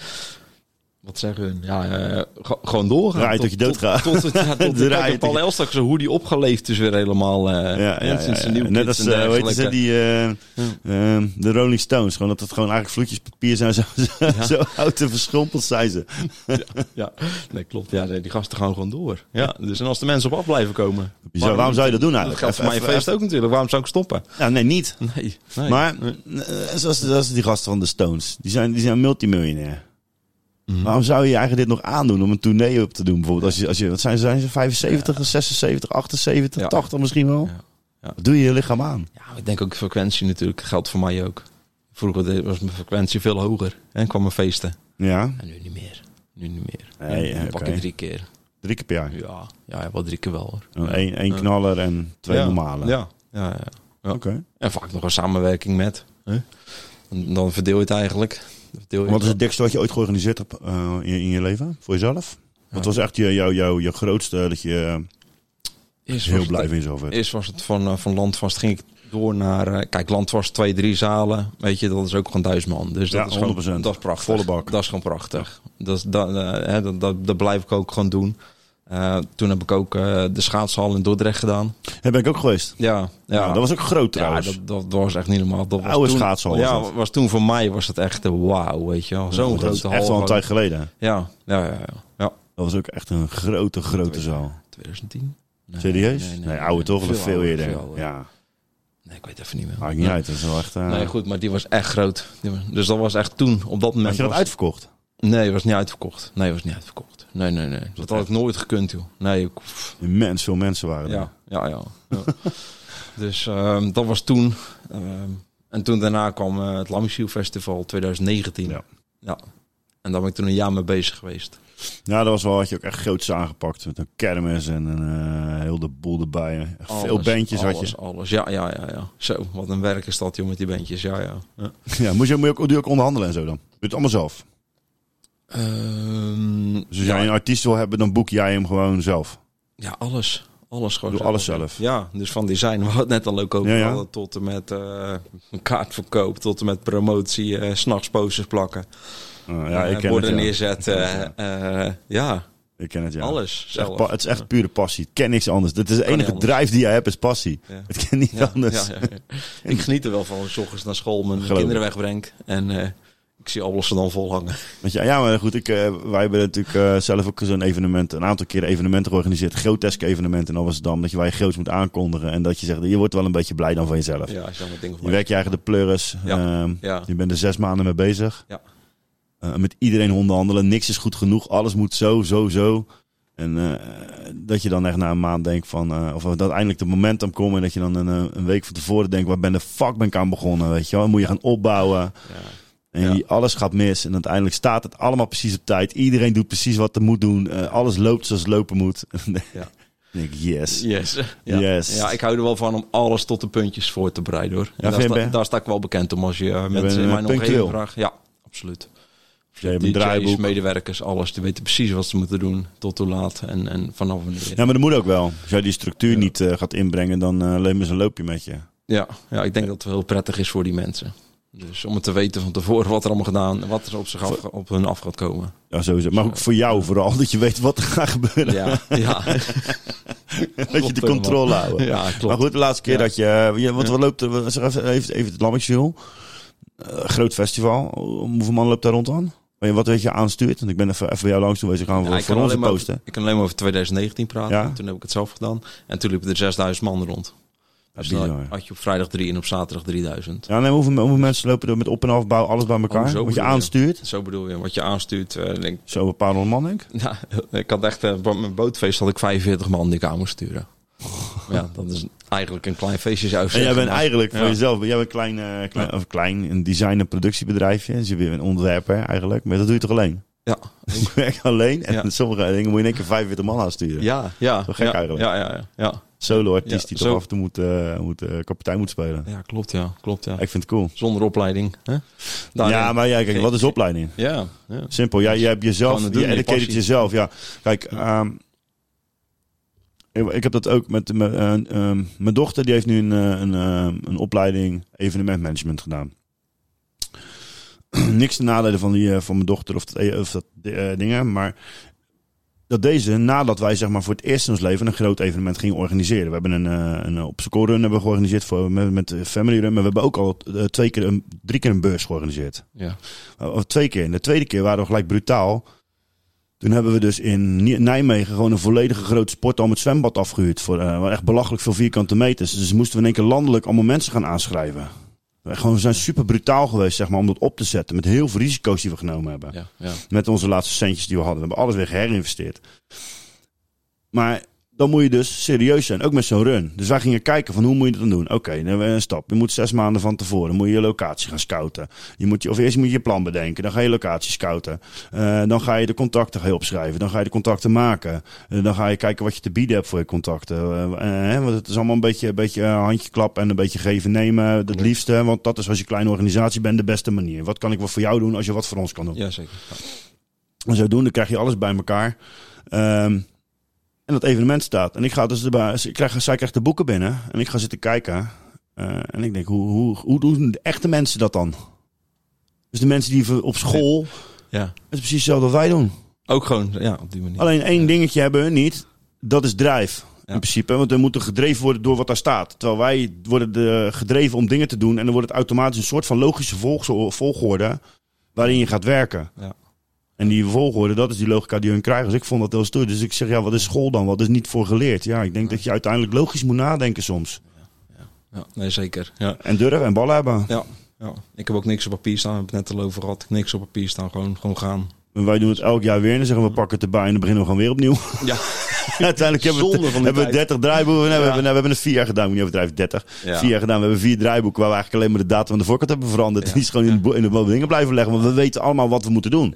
Wat zeggen hun? Ja, eh, ge- gewoon doorgaan. Draaien tot je doodgaat. Tot, tot, ja, tot, Draaien kijk, tot Paul je- Elstak, zo hoe die opgeleefd is weer helemaal. eh Ja, ja, en ja, sinds de ja. nieuwe Net kids als, en uh, hoe heet ze, dergelijke. die, uh, uh, de Rolling Stones. Gewoon dat het gewoon eigenlijk vloedjes papier zijn. Zo, zo, Ja. zo oud en verschrompeld zijn ze. Ja, nee, klopt. Ja, nee, die gasten gaan gewoon door. Ja, dus en als de mensen op af blijven komen. Bizar. Waarom zou je dat doen Dat eigenlijk? geldt voor mijn Even- feest ook natuurlijk. Waarom zou ik stoppen? Ja, nee, niet. Nee. nee. Maar Nee. uh, zoals, zoals die gasten van de Stones. Die zijn, die zijn multimiljonair. Mhm. Waarom zou je je eigenlijk dit nog aandoen om een tournee op te doen? Bijvoorbeeld als je, als je wat zijn ze, zijn ze vijfenzeventig, zesenzeventig, achtenzeventig, Ja. tachtig misschien wel? Ja. Ja. Wat doe je je lichaam aan? Ja, ik denk ook de frequentie natuurlijk. Geldt voor mij ook. Vroeger was mijn frequentie veel hoger. En kwam mijn feesten. Ja, En nu niet meer. Nu niet meer. Nee, nu ja, pak oké. ik drie keer. drie keer per jaar. Ja, ja, wel drie keer wel hoor. Eén één Ja. knaller en twee ja. normale. Ja, ja, ja. ja. Oké. En vaak nog een samenwerking met. Hè? En dan verdeel je het eigenlijk. Dan verdeel je Wat is het. het dikste wat je ooit georganiseerd hebt uh, in, in je leven? Voor jezelf? Wat was echt je, jou, jou, je grootste dat je uh, Eerst heel was blij het- van jezelf werd? Eerst was het van, uh, van Landvast ging ik door naar... Uh, kijk, Landvast twee, drie zalen. Weet je, dat is ook gewoon duizend man. Dus dat Ja, is gewoon, honderd procent. dat is prachtig. Volle bak. Dat is gewoon prachtig. Dat, is, dat, uh, hè, dat, dat, dat blijf ik ook gewoon doen. Uh, toen heb ik ook uh, de schaatshal in Dordrecht gedaan. Daar ben ik ook geweest. Ja, ja. Ja, dat was ook groot Ja, trouwens. dat, dat was echt niet normaal. Dat was Oude toen, schaatshal was Ja, dat. was toen voor mij was het echt een wauw, weet je wel. Zo'n dat grote is hal. echt al een gewoon. tijd geleden. Ja, ja, ja, ja. ja. Dat was ook echt een grote, grote zaal. twintig tien? Nee, Serieus? Nee, Nee, nee, oude toch? Veel, veel ouder, eerder. veel ouder. Ja, Nee, ik weet even niet meer. maakt niet uit. Dat is wel echt... Uh... Nee, goed, maar die was echt groot. Die was- Dus dat was echt toen, op dat moment... Had je dat was- uitverkocht? Nee, was niet uitverkocht. Nee, was niet uitverkocht. Nee, nee, nee. Dat had ik nooit gekund, joh. Nee, ik... pff, Immens veel mensen waren er. ja, ja, ja. ja. Dus ehm, dat was toen. Ehm, en toen daarna kwam uh, het Lammiesiel Festival twintig negentien. Ja. Ja. En daar ben ik toen een jaar mee bezig geweest. Ja, dat was wel wat je ook echt groots aangepakt. Met een kermis en een uh, heel de boel erbij. Echt Alles, veel bandjes alles, had je. Alles, ja, ja, ja, ja. Zo, wat een werk is dat, joh, met die bandjes. Ja, ja. ja. Ja, moest je, moet je ook, doe je ook onderhandelen en zo dan? Doe je het allemaal zelf? Um, Dus als ja, jij een artiest wil hebben, dan boek jij hem gewoon zelf. ja, alles. Alles gewoon Doe alles zelf. Ja, dus van design, we hadden het net al ook over, Ja, ja. hadden, tot en met uh, kaartverkoop, tot en met promotie, uh, 's nachts posters plakken, Uh, ja, ik uh, ken borden het, ja. neerzetten, uh, uh, ja, Ik ken het, ja. alles Het is, zelf. echt, pa- het is echt pure passie. Ik ken niks anders. Dat is de Kan niet enige anders. drive die jij hebt, is passie. Ja. Het kan niet Ja, anders. ja, ja, ja. Ik geniet er wel van, als ik 's ochtends naar school mijn Geloof kinderen ik. wegbreng en uh, ik zie alles er dan vol hangen. Want ja, ja, maar goed, ik, uh, wij hebben natuurlijk uh, zelf ook zo'n evenement, een aantal keren evenementen georganiseerd. Groteske evenementen in Amsterdam, dat je waar je groots moet aankondigen. En dat je zegt, je wordt wel een beetje blij dan van jezelf. Ja, als je dan met dingen Je werkt je eigen de pleuris. Ja, Uh, ja. Je bent er zes maanden mee bezig. Ja. Uh, met iedereen onderhandelen. Niks is goed genoeg. Alles moet zo, zo, zo. En uh, dat je dan echt na een maand denkt van... Uh, of dat eindelijk de momentum komt. En dat je dan een, een week van tevoren denkt... Waar ben de fuck ben ik aan begonnen? Weet je wel? Dan moet je gaan opbouwen. Ja. En Ja. je- alles gaat mis. En uiteindelijk staat het allemaal precies op tijd. Iedereen doet precies wat er moet doen. Uh, alles loopt zoals het lopen moet. Ja. Dan denk ik, yes. Yes. Ja. Yes. Ja, ik hou er wel van om alles tot de puntjes voor te bereiden, hoor. En Ja, daar, vind je- sta, daar sta ik wel bekend om als je uh, bent, mensen in uh, mijn omgeving punctueel. vraagt. Ja, absoluut. Je hebt een D J's, draaiboek. medewerkers, alles. Die weten precies wat ze moeten doen, tot hoe laat en, en vanaf wanneer. Ja, maar dat moet ook wel. Als jij die structuur niet uh, gaat inbrengen, dan uh, nemen ze een loopje met je. Ja, ja, ik denk dat het wel heel prettig is voor die mensen. Dus om het te weten van tevoren wat er allemaal gedaan, wat er op, zich af, op hun af gaat komen. Ja, sowieso. Maar ook voor jou vooral, dat je weet wat er gaat gebeuren. Ja, ja. dat je de controle houdt. Ja, klopt. Maar goed, de laatste keer Ja. dat je... je wat, wat loopt er? Zeg even, even, even het Lammertje. Uh, groot festival. Hoeveel man loopt daar rond aan? Wat weet je aanstuurt? Want ik ben even, even bij jou langs toe geweest. Gaan we Ja, voor, ik voor kan onze alleen maar posten. over- Ik kan alleen maar over twintig negentien praten. Ja? Toen heb ik het zelf gedaan. En toen liepen er zesduizend man rond. Dus bizar. dan had je op vrijdag drie en op zaterdag drieduizend. Ja, nee, hoeveel, hoeveel mensen lopen er met op- en afbouw, alles bij elkaar? Oh, zo wat je bedoel je. aanstuurt? Zo bedoel je, wat je aanstuurt. Uh, denk, Zo een paar honderd man, denk ik. ja, ik had echt, uh, bij mijn bootfeest had ik vijfenveertig man die ik aan moest sturen. Ja, dat is eigenlijk een klein feestje zou ik En jij zeggen, bent maar- eigenlijk voor Ja. jezelf, jij bent een klein, uh, klein, Ja. of klein, een design- en productiebedrijfje. Dus je bent een ontwerper eigenlijk. Maar dat doe je toch alleen? Ja, Je werkt alleen en Ja. sommige dingen moet je in één keer vijfenveertig man aansturen. ja, ja. Zo gek ja, eigenlijk. Ja, ja, ja. ja. Solo-artiest Ja, die zo. toch af en toe moet, uh, moet uh, kapitein moet spelen. Ja, klopt, ja. Klopt, ja. Ik vind het cool. Zonder opleiding. Hè? Daarin- Ja, maar ja, kijk, wat is opleiding? Ja, ja. Simpel. Jij, jij hebt jezelf, Gewoon het doen, je je educated passie. jezelf. Ja, kijk, ehm, ik, ik heb dat ook met mijn, uh, um, mijn dochter. Die heeft nu een, uh, een, uh, een opleiding evenementmanagement gedaan. Niks te nadelen van, die, uh, van mijn dochter of dat, of dat uh, dingen, maar dat deze, nadat wij zeg maar voor het eerst in ons leven een groot evenement gingen organiseren. We hebben een, uh, een op score run hebben we georganiseerd voor, met, met de family run, maar we hebben ook al uh, twee keer een, drie keer een beurs georganiseerd. Ja. Of twee keer. En de tweede keer waren we gelijk brutaal. Toen hebben we dus in Nijmegen gewoon een volledige grote sporthal met zwembad afgehuurd. Voor uh, echt belachelijk veel vierkante meters. Dus moesten we in één keer landelijk allemaal mensen gaan aanschrijven. We gewoon zijn super brutaal geweest zeg maar, om dat op te zetten. Met heel veel risico's die we genomen hebben. Ja, ja. Met onze laatste centjes die we hadden. We hebben alles weer geherinvesteerd. Maar dan moet je dus serieus zijn. Ook met zo'n run. Dus wij gingen kijken van hoe moet je dat dan doen. Oké, okay, dan hebben we een stap. Je moet zes maanden van tevoren. Dan moet je je locatie gaan scouten. Je moet je, of eerst moet je je plan bedenken. Dan ga je locatie scouten. Uh, dan ga je de contacten ga je opschrijven. Dan ga je de contacten maken. Uh, dan ga je kijken wat je te bieden hebt voor je contacten. Uh, uh, want het is allemaal een beetje, een beetje handje klap en een beetje geven nemen. Het liefste. Want dat is als je een kleine organisatie bent de beste manier. Wat kan ik wat voor jou doen als je wat voor ons kan doen? Ja, zeker. Ja. En zodoende krijg je alles bij elkaar. Um, En dat evenement staat. En ik ga dus erbij. Ik krijg, zij krijgt de boeken binnen. En ik ga zitten kijken. Uh, en ik denk, hoe, hoe, hoe doen de echte mensen dat dan? Dus de mensen die op school. Ja. Het is precies hetzelfde wat wij doen. Ook gewoon, ja, op die manier. Alleen één dingetje hebben hun niet. Dat is drijf. Ja. In principe. Want we moeten gedreven worden door wat daar staat. Terwijl wij worden de, gedreven om dingen te doen. En dan wordt het automatisch een soort van logische volg, volgorde. Waarin je gaat werken. Ja. En die volgorde, dat is die logica die hun krijgen. Dus ik vond dat heel stoer. Dus ik zeg, ja, wat is school dan? Wat is niet voor geleerd? Ja, ik denk ja. dat je uiteindelijk logisch moet nadenken soms. Ja, ja. ja nee, zeker. Ja. En durven en ballen hebben. Ja. ja, ik heb ook niks op papier staan. Ik heb het net al over gehad. Niks op papier staan. Gewoon, gewoon gaan. En wij doen het elk jaar weer. En dan zeggen we, pakken het erbij en dan beginnen we gewoon weer opnieuw. Ja. Uiteindelijk hebben we, het, hebben we dertig draaiboeken. Nee, ja. we, hebben, we hebben het vier jaar gedaan. Ik moet niet overdrijven, dertig. Ja. Vier jaar gedaan. We hebben vier draaiboeken waar we eigenlijk alleen maar de datum aan de voorkant hebben veranderd. Ja. Die is gewoon in de, in de dingen blijven leggen. Want we weten allemaal wat we moeten doen. Ja.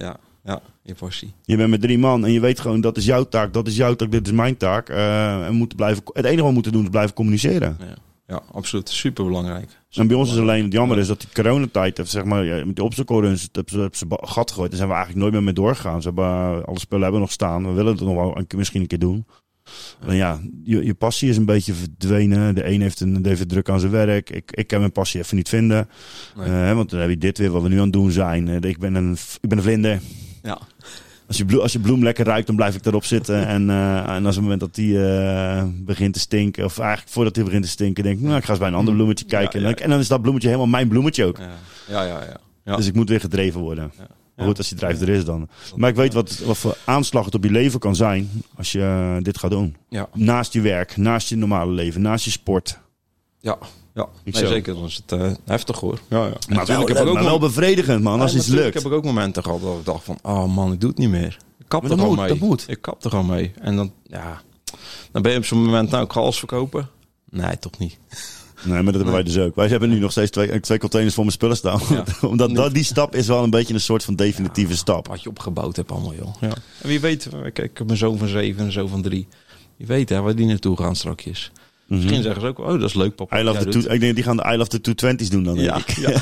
ja, je passie. Je bent met drie man en je weet gewoon, dat is jouw taak, dat is jouw taak, dit is mijn taak. Uh, en we moeten blijven, het enige wat we moeten doen is blijven communiceren. Ja, ja absoluut. Super belangrijk. En bij ons is alleen het jammer is dat die coronatijd, heeft, zeg maar, ja, met die obstacle-runs, hebben ze, hebben ze gat gegooid. Daar zijn we eigenlijk nooit meer mee doorgegaan. Ze hebben, uh, alle spullen hebben nog staan. We willen het nog wel een, misschien een keer doen. Maar ja, je, je passie is een beetje verdwenen. De een heeft een even druk aan zijn werk. Ik, ik kan mijn passie even niet vinden. Nee. Uh, want dan heb je dit weer wat we nu aan het doen zijn. Uh, ik, ben een, ik ben een vlinder. Ja. Als je, bloem, als je bloem lekker ruikt, dan blijf ik erop zitten. En, uh, en als het moment dat die uh, begint te stinken, of eigenlijk voordat hij begint te stinken, denk ik, nou, ik ga eens bij een ander bloemetje kijken. Ja, ja, ja. En dan is dat bloemetje helemaal mijn bloemetje ook. Ja, ja, ja. ja. ja. Dus ik moet weer gedreven worden. Ja. Maar goed, als die drijf er is dan. Ja. Maar ik weet wat, wat voor aanslag het op je leven kan zijn als je uh, dit gaat doen. Ja. Naast je werk, naast je normale leven, naast je sport. Ja, ja. Nee, zeker. Dan is het uh, heftig hoor. Ja, ja. Maar, natuurlijk wel, heb ik ook wel bevredigend man, als ja, iets lukt. Ik heb ook momenten gehad dat ik dacht van, oh man, ik doe het niet meer. Ik kap er gewoon moet, mee. Dat moet. Ik kap er gewoon mee. En dan, ja, dan ben je op zo'n moment, nou, ik ga alles verkopen. Nee, toch niet. Nee, maar dat hebben nee. wij dus ook. Wij hebben nu nog steeds twee, twee containers voor mijn spullen staan. Ja. Omdat dat, die stap is wel een beetje een soort van definitieve ja, stap. Wat je opgebouwd hebt allemaal, joh. Ja. En wie weet, kijk, ik heb mijn zoon van zeven en een zoon van drie. Wie weet, hè, waar die naartoe gaan strakjes. Mm-hmm. Misschien zeggen ze ook, oh, dat is leuk, papa. I love the two, ik denk die gaan de I love the tweehonderdtwintigs doen dan, denk ja, ik. Ja.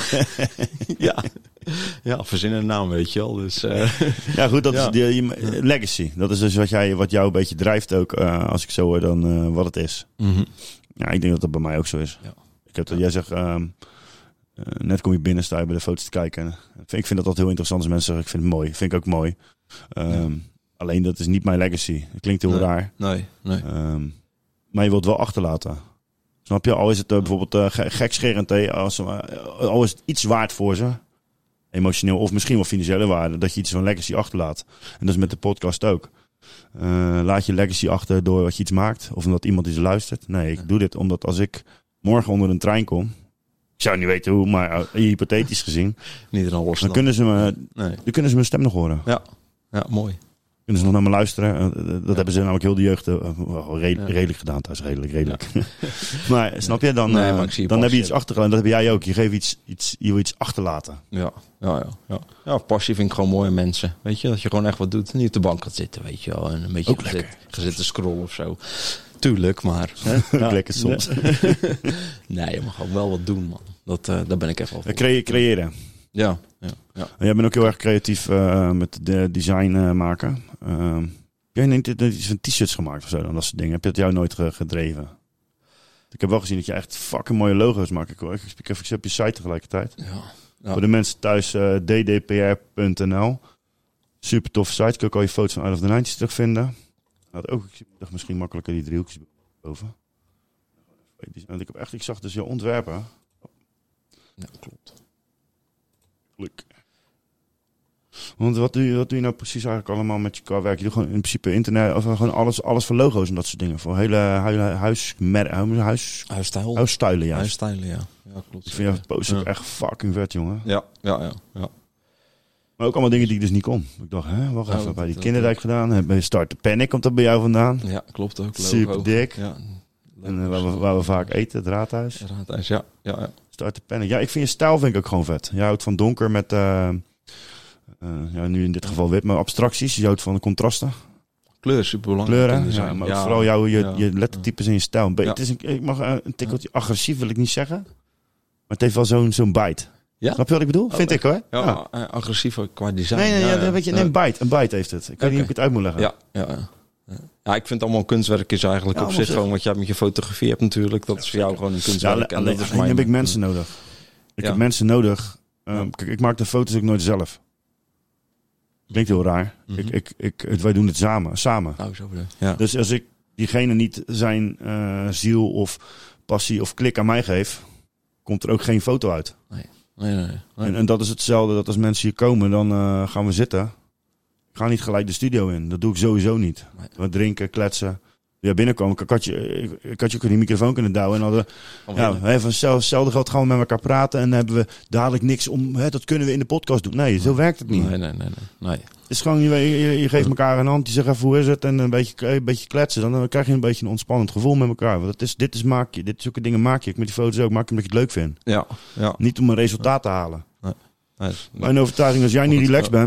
ja. Ja, verzin een naam, weet je wel. Dus, uh... ja, goed, dat ja. is die, die legacy. Dat is dus wat, jij, wat jou een beetje drijft ook, uh, als ik zo hoor, dan uh, wat het is. Mm-hmm. Ja, ik denk dat dat bij mij ook zo is. Ja. Ik heb dat, jij zegt, um, uh, net kom je binnen, sta je bij de foto's te kijken. Ik vind dat altijd heel interessant als mensen zeggen, ik vind het mooi. Vind ik ook mooi. Um, ja. Alleen dat is niet mijn legacy. Dat klinkt heel nee. raar. Nee, nee. Um, maar je wilt wel achterlaten. Snap je? Al is het uh, bijvoorbeeld uh, gekscherend, hey, als, uh, al is het iets waard voor ze. Emotioneel of misschien wel financiële waarde. Dat je iets van legacy achterlaat. En dat is met de podcast ook. Uh, laat je legacy achter door wat je iets maakt. Of omdat iemand iets luistert. Nee, ik ja. doe dit omdat als ik morgen onder een trein kom. Ik zou niet weten hoe, maar uh, hypothetisch gezien. Niet in alles. Dan kunnen ze me, nee. dan kunnen ze mijn stem nog horen. Ja, ja mooi. Kunnen ze nog naar me luisteren. Uh, dat ja. hebben ze namelijk heel de jeugd uh, well, red, ja. redelijk gedaan. Dat is redelijk, redelijk. Ja. maar snap je, dan, nee, uh, dan heb je iets achtergelaten. Dat heb jij ook. Je geeft iets, iets, je wil iets achterlaten. Ja, ja, ja. ja. ja passie vind ik gewoon mooi in mensen. Weet je, dat je gewoon echt wat doet. Niet op de bank gaat zitten, weet je wel. En een beetje gezit, gezitten scrollen of zo. Tuurlijk, maar... ja. Lekker soms. nee, je mag ook wel wat doen, man. Dat, uh, daar ben ik even over. Cre- creëren. Ja, ja, ja. En jij bent ook heel erg creatief uh, met de design uh, maken. Uh, jij neemt iets van t-shirts gemaakt of zo, dan dat soort dingen. Heb je het jou nooit ge- gedreven? Ik heb wel gezien dat je echt fucking mooie logo's maakt. Ik, ik, ik, ik zit op je site tegelijkertijd. Ja. Ja. Voor de mensen thuis, uh, d d p r punt n l. Super toffe site. Kun je ook al je foto's van Out of the nineties terugvinden. Had ook, ik dacht misschien makkelijker die driehoekjes boven. Ik, heb echt, ik zag dus je ontwerpen. Ja, klopt. Leuk. Want wat doe, je, wat doe je nou precies eigenlijk allemaal met je qua werk? Je doet gewoon in principe internet, of gewoon alles, alles voor logo's en dat soort dingen. Voor hele huis, huis, huisstijl. Huisstijlen, ja. Huisstijlen, ja. Ja, klopt. Ik vind jouw post ja. ook echt fucking vet, jongen. Ja, ja, ja, ja. Maar ook allemaal dingen die ik dus niet kon. Ik dacht, hè, wacht even, ja, bij die Kinderdijk gedaan. Heb je Start the Panic, komt dat bij jou vandaan? Ja, klopt ook. Logo. Super dik. Ja. En uh, waar, we, waar we vaak eten, het Raadhuis. Het Raadhuis, ja. ja, ja. Start the Panic. Ja, ik vind je stijl vind ik ook gewoon vet. Je houdt van donker met, uh, uh, ja, nu in dit geval wit, maar abstracties. Je houdt van de contrasten. Kleur, super belangrijk. Kleuren, ja, maar ook ja, vooral jouw, je, ja, je lettertypes in je stijl. Ja. Het is een, ik mag uh, een tikkeltje agressief, wil ik niet zeggen. Maar het heeft wel zo'n, zo'n bite. Ja? Snap je wat ik bedoel? Oh, Vind ik hoor. Ja, ja. agressief qua design. Nee, nee, ja, ja, ja. Weet je, nee, een bite. Een bite heeft het. Ik weet okay. niet hoe ik het uit moet leggen. Ja, ja, ja. Ja, ik vind allemaal kunstwerk is eigenlijk ja, op zich gewoon wat jij met je fotografie hebt natuurlijk. Dat is voor jou gewoon een kunstwerk. Ja, en dat is mijn... heb ik mensen nodig. Ik ja. heb mensen nodig. Um, kijk, ik maak de foto's ook nooit zelf. Klinkt heel raar. Mm-hmm. Ik, ik, ik, het, wij doen het samen. samen. Oh, zo bedoel. Ja. Dus als ik diegene niet zijn uh, ziel of passie of klik aan mij geef, komt er ook geen foto uit. Nee. Nee, nee, nee. En, en dat is hetzelfde dat als mensen hier komen, dan uh, gaan we zitten. Ik ga niet gelijk de studio in. Dat doe ik sowieso niet. Nee. We drinken, kletsen. Ja, binnenkomen. Ik had je, ik had je ook in die microfoon kunnen douwen. En hadden, oh, ja, hè, van hetzelfde geld gaan we met elkaar praten. En dan hebben we dadelijk niks om. Hè, dat kunnen we in de podcast doen. Nee, zo werkt het niet. Nee, nee, nee. nee. nee. Het is gewoon, je, je, je geeft elkaar een hand. Je zegt even hoe is het. En een beetje, een beetje kletsen. Dan, dan krijg je een beetje een ontspannend gevoel met elkaar. Want het is, dit is maak je. Dit zulke dingen maak je. Ik met die foto's ook. Maak je omdat je het leuk vindt. Ja, ja. Niet om een resultaat te halen. Nee. Nee, nee. Mijn overtuiging, als jij niet relaxed bent,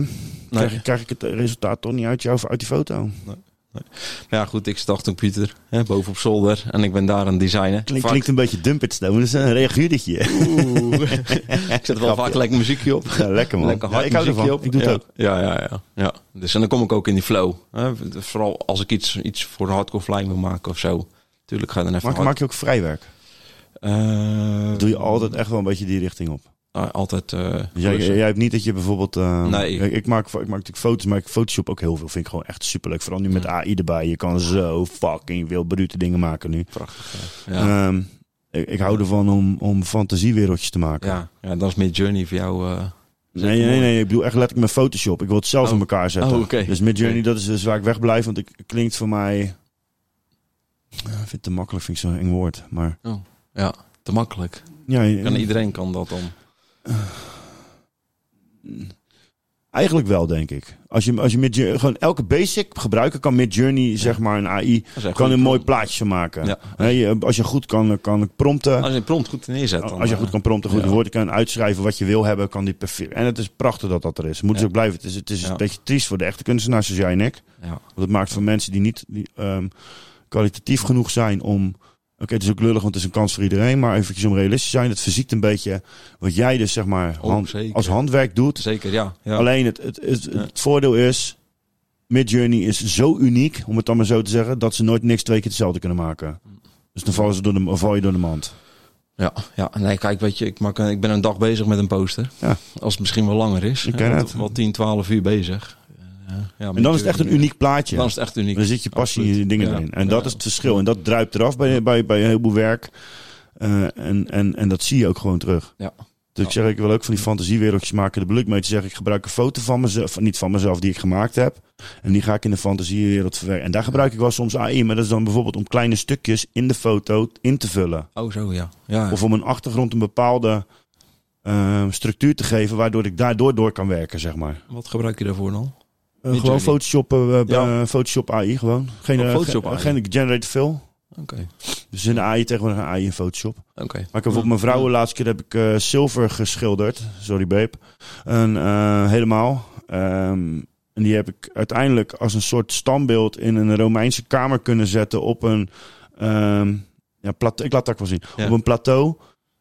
krijg, ik- krijg ik het resultaat toch niet uit jou uit die foto. Maar ja, goed, ik zit achter een computer, hè, boven op zolder. En ik ben daar aan het designen. Klink, Vaak- Klinkt een beetje Dumpetstone, dat is een reaguurdertje. Oeh. Ik zet wel vaak lekker muziekje op. Ja, lekker man. Lekker Ja, hard ik hou muziekje ervan. op. Ik doe het ja. ook. Ja, ja, ja, ja. Dus en dan kom ik ook in die flow. Hè. Vooral als ik iets, iets voor de hardcore flying wil maken of zo. Tuurlijk ga je dan even Maak, hard- maak je ook vrijwerk? Eh, Doe je altijd echt wel een beetje die richting op? ah, altijd... eh, Dus jij, klussen. jij hebt niet dat je bijvoorbeeld... eh, Nee. Ik, ik, maak, ik maak natuurlijk foto's, maar ik Photoshop ook heel veel. Vind ik gewoon echt superleuk. Vooral nu met A I erbij. Je kan zo fucking veel brute dingen maken nu. Prachtig. Ja. Ehm, ik, ik hou ervan om, om fantasiewereldjes te maken. Ja, ja, dat is Midjourney voor jou. eh, zeker Nee, nee, mooi. nee. Ik bedoel echt letterlijk met Photoshop. Ik wil het zelf Oh. in elkaar zetten. Oh, oké. Dus Midjourney, Oké. dat is dus waar ik weg blijf. Want het klinkt voor mij... Ja, ik vind het te makkelijk, vind ik zo'n eng woord. Maar Ja, te makkelijk. ja, je- Kan, iedereen kan dat dan. eigenlijk wel, denk ik. Als je, als je Midjourney, gewoon elke basic gebruiker kan Midjourney, zeg maar, een A I, Dat is echt kan goed een mooi prompt. plaatje van maken. Ja. Hè, je- als je goed kan, kan prompten. Als je een prompt goed neerzet. Dan, Als je eh, goed kan prompten, goede ja. woorden kan uitschrijven wat je wil hebben, kan die perfect. En het is prachtig dat dat er is. Moet Ja. dus ook blijven. Het is, het is Ja. een beetje triest voor de echte kunstenaars zoals jij en ik. Ja. Want het maakt voor mensen die niet die, ehm, kwalitatief genoeg zijn om... Oké, het is ook lullig, want het is een kans voor iedereen. Maar eventjes om realistisch te zijn, het verziekt een beetje wat jij dus zeg maar Oh, hand- zeker. als handwerk doet. Zeker, ja. ja. Alleen het, het, het, Ja. het voordeel is, Midjourney is zo uniek, om het dan maar zo te zeggen, dat ze nooit niks twee keer hetzelfde kunnen maken. Dus dan vallen ze door de, val je door de mand. Ja, ja, nee, kijk, weet je, ik, maak, een- ik ben een dag bezig met een poster. Ja. Als het misschien wel langer is. Ik ken Ja, het. Wel tien, twaalf uur bezig. Uh, ja, En dan is het echt een uniek plaatje. Dan is het echt uniek. Dan zit je passie in Absoluut. die dingen Ja. erin. En Ja. dat is het verschil. En dat druipt eraf bij, bij, bij een heleboel werk. Uh, en, en, en dat zie je ook gewoon terug. Ja. Dus ik zeg, ik wil ook van die fantasiewereldjes maken. De bedoel ik mee te zeggen, ik gebruik een foto van mezelf, niet van mezelf, die ik gemaakt heb. En die ga ik in de fantasiewereld verwerken. En daar gebruik ik wel soms A I. Maar dat is dan bijvoorbeeld om kleine stukjes in de foto in te vullen. Oh, zo, ja. ja. Of om een achtergrond een bepaalde uh, structuur te geven, waardoor ik daardoor door kan werken, zeg maar. Wat gebruik je daarvoor dan? Uh, Midjourney. gewoon Photoshop, uh, Ja. uh, Photoshop A I gewoon. Geen, Oh, uh, Photoshop ge- A I. geen generated fill. Oké, okay. Dus in de A I tegenwoordig een A I in Photoshop. oké. Okay. Maar ik heb op mijn vrouwen laatste keer heb ik uh, zilver geschilderd. Sorry babe. En uh, helemaal. Um, en die heb ik uiteindelijk als een soort standbeeld in een Romeinse kamer kunnen zetten op een um, ja, plateau. Ik laat het ook wel zien. Ja. Op een plateau.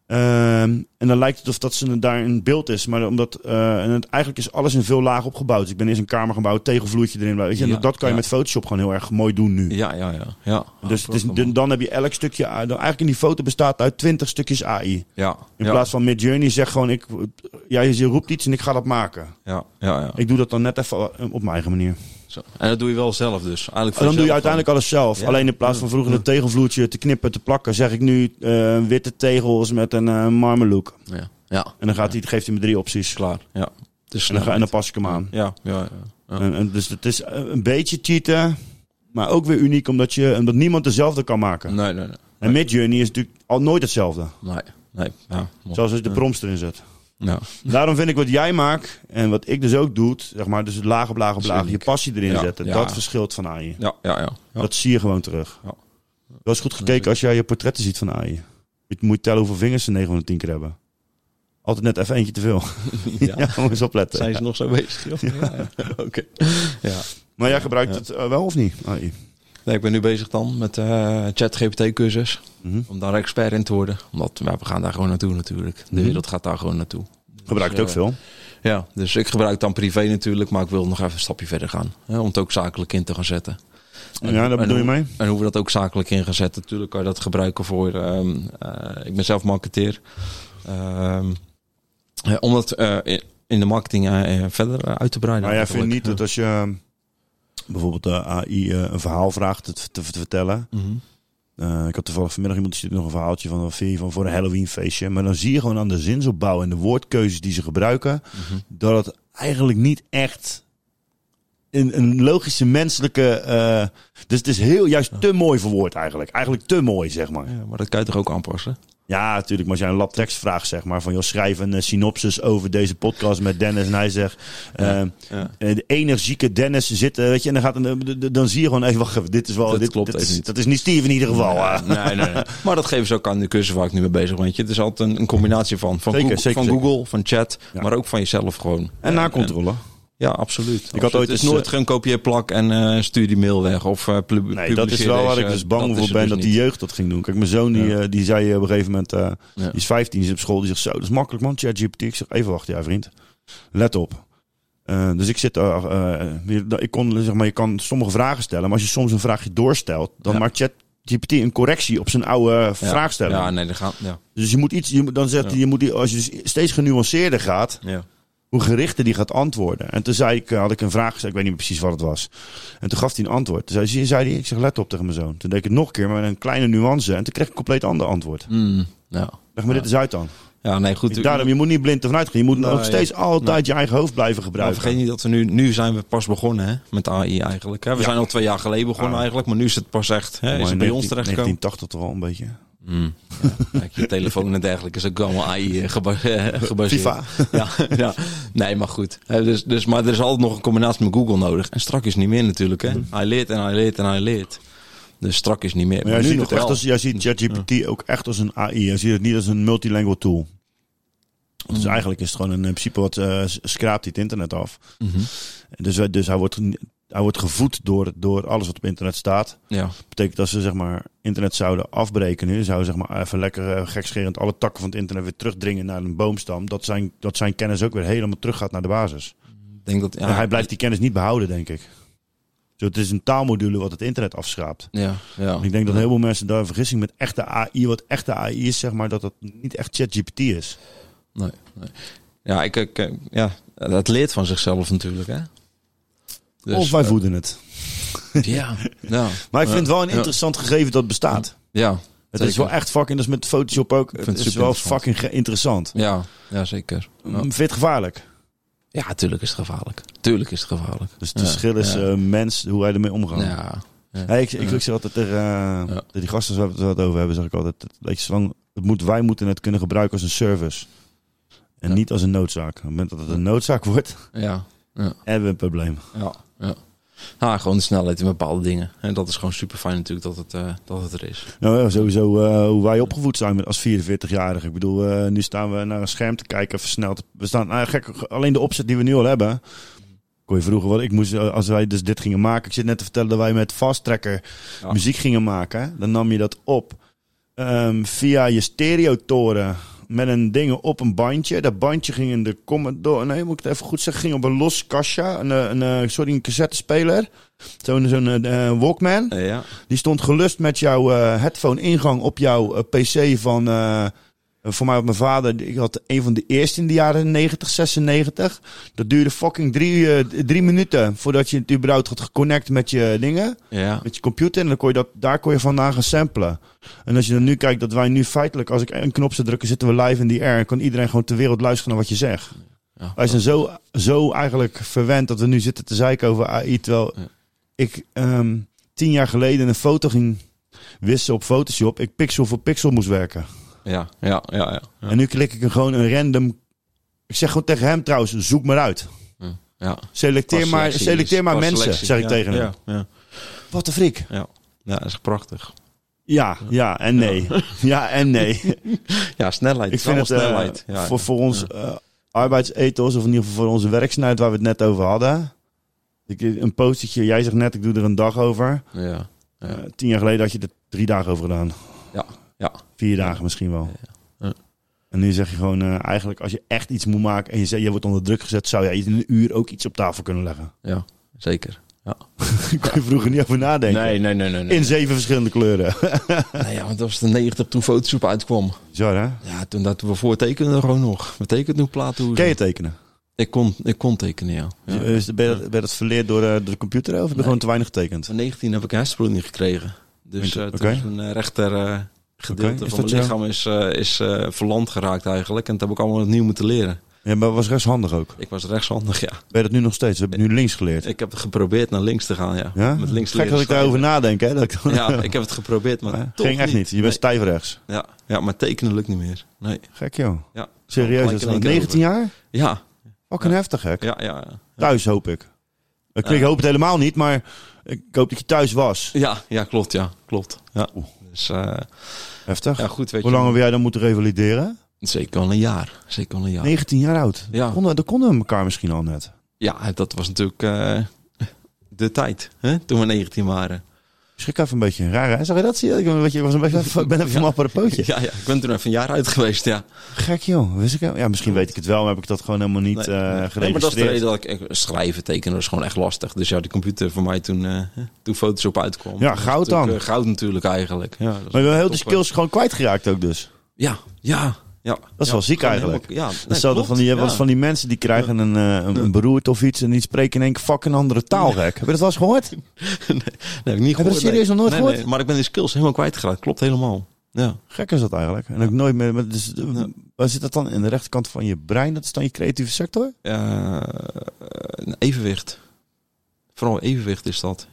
Um, en dan lijkt het of dat ze daar een beeld is. Maar omdat uh, en het, eigenlijk is alles in veel lagen opgebouwd. Dus ik ben eerst een kamer gebouwd, tegelvloertje erin. Weet je? En Ja, dat kan je ja. met Photoshop gewoon heel erg mooi doen nu. Ja, ja, ja. ja. Dus Oh, het is, prachtig, man. dan heb je elk stukje... dan Eigenlijk in die foto bestaat uit twintig stukjes A I. Ja, In ja, plaats van Midjourney zeg gewoon... Ik, jij je roept iets en ik ga dat maken. ja, ja, ja. Ik doe dat dan net even op mijn eigen manier. Zo. En dat doe je wel zelf dus? Eigenlijk En dan doe je uiteindelijk alles zelf. Ja. Alleen in plaats van vroeger een tegelvloertje te knippen, te plakken... zeg ik nu uh, witte tegels met een uh, marmerlook. Ja, ja. En dan gaat hij, geeft hij me drie opties. Klaar, ja. Dus En dan, ga, en dan pas ik hem aan. Ja, ja, ja. ja. En, en dus het is een beetje cheaten... maar ook weer uniek omdat, je, omdat niemand dezelfde kan maken. Nee, nee, nee. En Midjourney is natuurlijk al nooit hetzelfde. Nee, nee. Ja, mooi. Zoals als je de prompts erin zet. Ja. Daarom vind ik wat jij maakt en wat ik dus ook doe, zeg maar, dus het laag op laag op laag, je uniek. passie erin Ja, zetten, ja. dat verschilt van A I. Ja, ja, ja. ja. Dat zie je gewoon terug. Ja. Dat is goed gekeken als jij je portretten ziet van A I. Je moet tellen hoeveel vingers ze negen van de tien keer hebben. Altijd net even eentje te veel. Ja. Ja, moet eens opletten. Zijn ze nog zo bezig? joh? Ja, ja. Oké. Ja. Maar jij gebruikt Ja. het uh, wel of niet, A I? Nee, ik ben nu bezig dan met uh, ChatGPT cursus. Mhm. Om daar expert in te worden. Omdat ja, we gaan daar gewoon naartoe natuurlijk. De Mhm. wereld gaat daar gewoon naartoe. Gebruik het ook eh, veel. Ja, dus ik gebruik het dan privé natuurlijk. Maar ik wil nog even een stapje verder gaan. Hè, om het ook zakelijk in te gaan zetten. Ja, daar bedoel je hoe, mee? En hoe we dat ook zakelijk in gaan zetten. Natuurlijk kan je dat gebruiken voor... Um, uh, ik ben zelf marketeer. Um, uh, om dat uh, in de marketing uh, verder uh, uit te breiden. Maar jij vindt eigenlijk. niet dat als je bijvoorbeeld de A I uh, een verhaal vraagt te, te, te vertellen... Mhm. Uh, ik had toevallig vanmiddag iemand die stuurde nog een verhaaltje van wat vind je van voor een Halloween feestje. Maar dan zie je gewoon aan de zinsopbouw en de woordkeuzes die ze gebruiken, Mhm. dat het eigenlijk niet echt een, een logische menselijke. Uh, dus het is heel juist te mooi verwoord eigenlijk. Eigenlijk te mooi, zeg maar. Ja, maar dat kan je toch ook aanpassen? Ja, natuurlijk. Maar als jij een lab tekst vraagt, zeg maar, van joh, schrijf een uh, synopsis over deze podcast met Dennis. En hij zegt, uh, Ja, uh, ja. de energieke Dennis zit, uh, weet je, en dan gaat een, uh, dan zie je gewoon even, wacht even, dit is wel, Dat dit, klopt dit even is, niet. dat is niet Steve in ieder geval. Nee, uh. nee, nee, nee. Maar dat geven ze ook aan de cursus waar ik nu mee bezig ben. Weet je. Het is altijd een, een combinatie van. Van, Zeker, Google, zeker, van zeker. Google, van chat, Ja. maar ook van jezelf gewoon. En nakontrole. Ja, absoluut. had Absoluut. ooit Het is eens, nooit uh, geen kopieer plak en uh, stuur die mail weg of uh, pub- Nee, dat is publiceer wel waar deze, ik dus bang dat voor is ben dus dat die niet. jeugd dat ging doen. Kijk, mijn zoon die, Ja. uh, die zei uh, op een gegeven moment, uh, Ja. die is vijftien, die is op school, die zegt zo, dat is makkelijk man, ChatGPT. Ik zeg, even wachten, ja vriend. Let op. Uh, dus ik zit, uh, uh, ik kon, zeg maar, je kan sommige vragen stellen, maar als je soms een vraagje doorstelt, dan Ja. maakt ChatGPT een correctie op zijn oude Ja. vraag stellen. Ja, nee, dat gaat. Ja. Dus je moet iets, je, moet- dan zegt Ja. hij, je moet, als je dus steeds genuanceerder gaat, Ja. hoe gerichter die gaat antwoorden. En toen zei ik, had ik een vraag gesteld, ik weet niet meer precies wat het was. En toen gaf hij een antwoord. Toen zei, zei hij, ik zeg, let op tegen mijn zoon. Toen deed ik het nog een keer, maar met een kleine nuance. En toen kreeg ik een compleet ander antwoord. Mm, ja. Leg me dit eens uit dan. Ja, nee, goed. Daarom, je moet niet blind ervan uitgaan. Je moet Nee, nog steeds altijd nee. je eigen hoofd blijven Maar gebruiken. vergeet niet dat we nu, nu zijn we pas begonnen hè, met A I eigenlijk. Hè. We Ja. zijn al twee jaar geleden begonnen Ja. eigenlijk, maar nu is het pas echt, hè, Maar is het in bij ons negentien terechtgekomen. negentien tachtig toch wel een beetje. Mm, ja. Kijk, je telefoon en dergelijke is ook allemaal A I geba- eh, gebaseerd. FIFA. Ja, ja, nee, maar goed. Hè, Dus, dus, maar er is altijd nog een combinatie met Google nodig. En strak is niet meer natuurlijk. Hè. Hij leert en hij leert en hij leert. Dus strak is niet meer. Maar Maar jij nu ziet, nog het echt wel. als, jij ziet ChatGPT ook echt als een A I. Je ziet het niet als een multilingual tool. Dus Mm. eigenlijk is het gewoon een in principe wat uh, scraapt hij het internet af. Mhm. Dus, wij- dus hij, wordt, hij wordt gevoed door, door alles wat op internet staat. Ja, Betekent dat ze zeg maar internet zouden afbreken nu, zouden zeg maar even lekker uh, gekscherend alle takken van het internet weer terugdringen naar een boomstam. Dat zijn, dat zijn kennis ook weer helemaal terug gaat naar de basis. ik denk dat... Ja, En hij blijft die kennis niet behouden, denk ik. Dus het is een taalmodule wat het internet afschraapt. Ja, ja. Ik denk dat heel veel mensen daar een vergissing met echte A I, wat echte A I is, zeg maar, dat dat niet echt ChatGPT is. Nee, nee. Ja, ik, ik, ja, dat leert van zichzelf natuurlijk, hè. Dus, of wij eh, voeden het. Ja, ja. Maar ik vind het wel een Ja. interessant gegeven dat het bestaat. Ja, Het is wel echt fucking, dat is met Photoshop ook, vind het het is super wel interessant. fucking ge- interessant. Ja, ja, zeker. Ja. Mm, Vind je het gevaarlijk? Ja, tuurlijk is het gevaarlijk. Tuurlijk is het gevaarlijk. Dus het Ja, verschil is ja. uh, mens, hoe wij ermee omgaan. Ja. Ja. Hey, ik, ik, ik zeg altijd tegen, uh, Ja. tegen die gasten waar we het over hebben, zeg ik altijd, het, weet je, zolang, het moet, wij moeten het kunnen gebruiken als een service. En Ja. niet als een noodzaak. Op het moment dat het een noodzaak wordt, Ja. Ja. hebben we een probleem. Ja. Ja. Ah, gewoon de snelheid in bepaalde dingen. En dat is gewoon super fijn natuurlijk dat het, uh, dat het er is. Nou ja, sowieso uh, hoe wij opgevoed zijn met als vierenveertig-jarige. Ik bedoel, uh, nu staan we naar een scherm te kijken, versneld. We staan, nou, gek, alleen de opzet die we nu al hebben. Kon je vroeger wat ik moest, als wij dus dit gingen maken. Ik zit net te vertellen dat wij met Fast Tracker Ja. muziek gingen maken. Dan nam je dat op um, via je stereotoren met een ding op een bandje. Dat bandje ging in de Commodore, nee, moet ik het even goed zeggen, ging op een los kastje, een, een, een sorry, een cassettespeler. Zo'n zo'n uh, Walkman. Ja. Die stond gelust met jouw uh, headphone ingang op jouw uh, pc van, uh, voor mij op mijn vader. Ik had een van de eerste in de jaren negentig, zesennegentig. Dat duurde fucking drie, uh, drie minuten voordat je het überhaupt had geconnect met je dingen. Ja. Met je computer. En dan kon je dat, daar kon je vandaan gaan samplen. En als je dan nu kijkt dat wij nu feitelijk, als ik een knop zou drukken, zitten we live in die air. En kan iedereen gewoon ter wereld luisteren naar wat je zegt. Ja. Wij zijn zo, zo eigenlijk verwend dat we nu zitten te zeiken over A I. Terwijl Ja. ik um, tien jaar geleden een foto ging wissen op Photoshop. Ik pixel voor pixel moest werken. Ja, ja, ja, ja. Ja. En nu klik ik er gewoon een random... Ik zeg gewoon tegen hem trouwens, zoek maar uit. Ja. Selecteer Qua maar, selectie selecteer is- maar qua mensen, selectie. zeg ik Ja, tegen hem. Ja, ja. Wat een freak. Ja, ja, dat is prachtig. Ja, ja en nee. Ja en nee. Ja, snelheid. Ik vind het uh, snelheid. Ja, voor, voor ons uh, arbeidsethos, of in ieder geval voor onze werksnelheid waar we het net over hadden. Ik, een postertje, jij zegt net, ik doe er een dag over. Ja, ja. Uh, tien jaar geleden had je er drie dagen over gedaan. Ja, ja. Vier dagen misschien wel. Ja, ja. En nu zeg je gewoon, uh, eigenlijk als je echt iets moet maken en je, zegt, je wordt onder druk gezet, zou jij in een uur ook iets op tafel kunnen leggen. Ja, zeker. Ja. Daar kon je vroeger niet over nadenken. Nee, nee, nee, nee. nee. In zeven verschillende kleuren. Nee, ja, want dat was de negentig toen Photoshop uitkwam. Zo hè? Ja, toen dat we voor tekenen gewoon nog. We tekenen nog platen. Ken je tekenen? Ik kon, ik kon tekenen, ja. ja. Dus ben, je dat, ben je dat verleerd door, uh, door de computer of heb je Nee. gewoon te weinig getekend? Van negentien heb ik een hersenbloeding gekregen. Dus uh, Oké. toen is mijn uh, rechter uh, gedeelte Oké, is van dat mijn zo? lichaam is, uh, is uh, verlamd geraakt eigenlijk. En dat heb ik allemaal opnieuw moeten leren. Ja, maar was rechtshandig ook. Ik was rechtshandig, ja. Ben je dat nu nog steeds? We hebben nu links geleerd. Ik heb het geprobeerd naar links te gaan, ja. Ja? Met links Gek leren dat ik daarover nadenk, hè? Dat ik... schrijven. Ja, ik heb het geprobeerd, maar Ja, toch ging echt niet. Je bent Nee. stijf rechts. Ja, ja, maar tekenen lukt niet meer. Nee. Gek joh. Ja. Serieus, Gelijk dat is in al één keer negentien jaar? Ja, Fucking Ja. heftig, gek. ja, ja. Thuis hoop ik. Ik, ik Ja. hoop het helemaal niet, maar ik hoop dat je thuis was. Ja, ja, klopt, ja. Klopt. Ja. Oeh. Dus, uh, Heftig. ja, goed, weet Hoe je. lang heb jij dan moeten revalideren? Zeker al een jaar. Zeker al een jaar. negentien jaar oud. Ja. Dan konden, dan konden we elkaar misschien al net. ja, dat was natuurlijk uh, de tijd, hè? Toen we negentien waren. Schrik even een beetje raar, hè? Zag je dat? Zie je? Ik, ben, je was een beetje, ik ben even van mijn pootje. Ja, ja, ik ben toen even een jaar uit geweest, ja. Gek, joh. Wist ik wel. Ja, misschien weet ik het wel, maar heb ik dat gewoon helemaal niet nee, uh, geregistreerd. Nee, maar dat is de reden dat ik schrijven, tekenen, is gewoon echt lastig. Dus ja, die computer voor mij toen, uh, toen Photoshop uitkwam. Ja, goud dan. Uh, goud natuurlijk eigenlijk. Ja, maar je hebt heel die skills gewoon kwijtgeraakt ook dus. Ja, ja. Ja, dat is ja, wel ziek eigenlijk. Helemaal, ja, nee, dat van die, ja. van die mensen die krijgen een, uh, een, een beroerte of iets en die spreken in één keer fucking andere taal gek. Heb je dat wel eens gehoord? nee, nee, heb ik niet gehoord. Heb je dat serieus nog nooit nee, gehoord? Nee, maar ik ben die skills helemaal kwijtgeraakt. Klopt helemaal. Ja. Gek is dat eigenlijk. En ook nooit meer. Dus, ja. Waar zit dat dan? In de rechterkant van je brein? Dat is dan je creatieve sector? Uh, evenwicht. Vooral evenwicht is dat.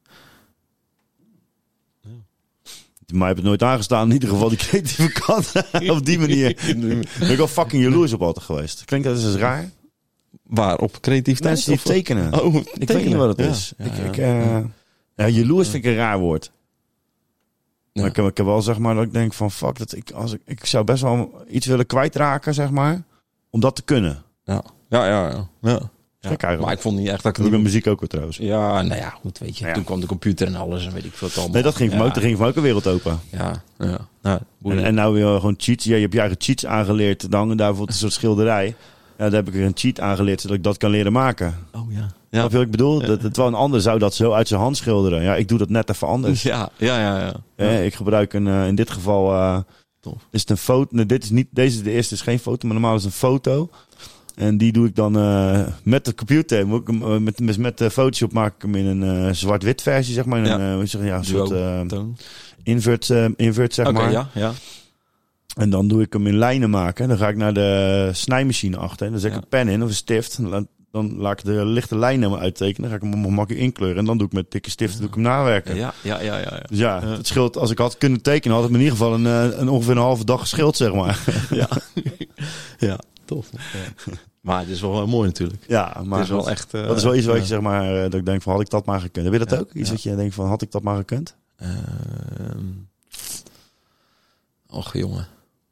Maar heb het nooit aangestaan, in ieder geval die creatieve kant. Op die manier. Ben ik wel fucking jaloers op altijd geweest. Klinkt dat eens raar? Waar? Op creativiteit? Mensen die tekenen. Oh, ik tekenen. weet niet wat het ja. is. Ja, ik, ik, uh, ja, jaloers vind ik een raar woord. Ja. Maar ik heb, ik heb wel zeg maar dat ik denk van fuck, dat ik, als ik, ik zou best wel iets willen kwijtraken, zeg maar. Om dat te kunnen. Ja, ja, ja. ja. ja. Ja, maar ik vond niet echt dat ik... Dat doe ik met muziek ook weer trouwens. Ja, nou ja, goed, weet je. Ja. Toen kwam de computer en alles en weet ik veel het allemaal. Nee, dat ging voor ja. me ook, ging voor me ook een wereld open. Ja, ja. ja en, en nou weer gewoon cheats. Ja, je hebt je eigen cheats aangeleerd. Dan hangen daar bijvoorbeeld een soort schilderij. Ja, daar heb ik er een cheat aangeleerd, zodat ik dat kan leren maken. Oh ja. Ja. Snap je wat ik bedoel? Ja. Dat, terwijl een ander zou dat zo uit zijn hand schilderen. Ja, ik doe dat net even anders. Ja, ja, ja. ja. ja. ja ik gebruik een, uh, in dit geval... Uh, Tof. Is het een foto? Nee, dit is niet, deze is de eerste, is geen foto, maar normaal is het een foto. En die doe ik dan uh, met de computer. Met, met, met uh, Photoshop maak ik hem in een uh, zwart-wit versie, zeg maar. In ja. een, uh, zeg, ja, een soort uh, invert, uh, invert, zeg okay, maar. Ja, ja. En dan doe ik hem in lijnen maken. Dan ga ik naar de snijmachine achter. En dan zet ik ja. een pen in of een stift. Dan, dan laat ik de lichte lijnen uittekenen. Dan ga ik hem makkelijk inkleuren. En dan doe ik met dikke stift doe ik hem nawerken. Ja, ja, ja. ja, ja. Dus ja, ja, het scheelt. Als ik had kunnen tekenen, had het me in ieder geval een, een ongeveer een halve dag geschild, zeg maar. Ja, ja. Tof. Ja. Maar het is wel, wel mooi natuurlijk. Ja, maar het is wel echt, uh, dat is wel iets wat ja. je zeg maar, dat ik denk van had ik dat maar gekund. Heb je dat ja, ook? Iets ja. dat je denkt van had ik dat maar gekund? Uh, och jongen.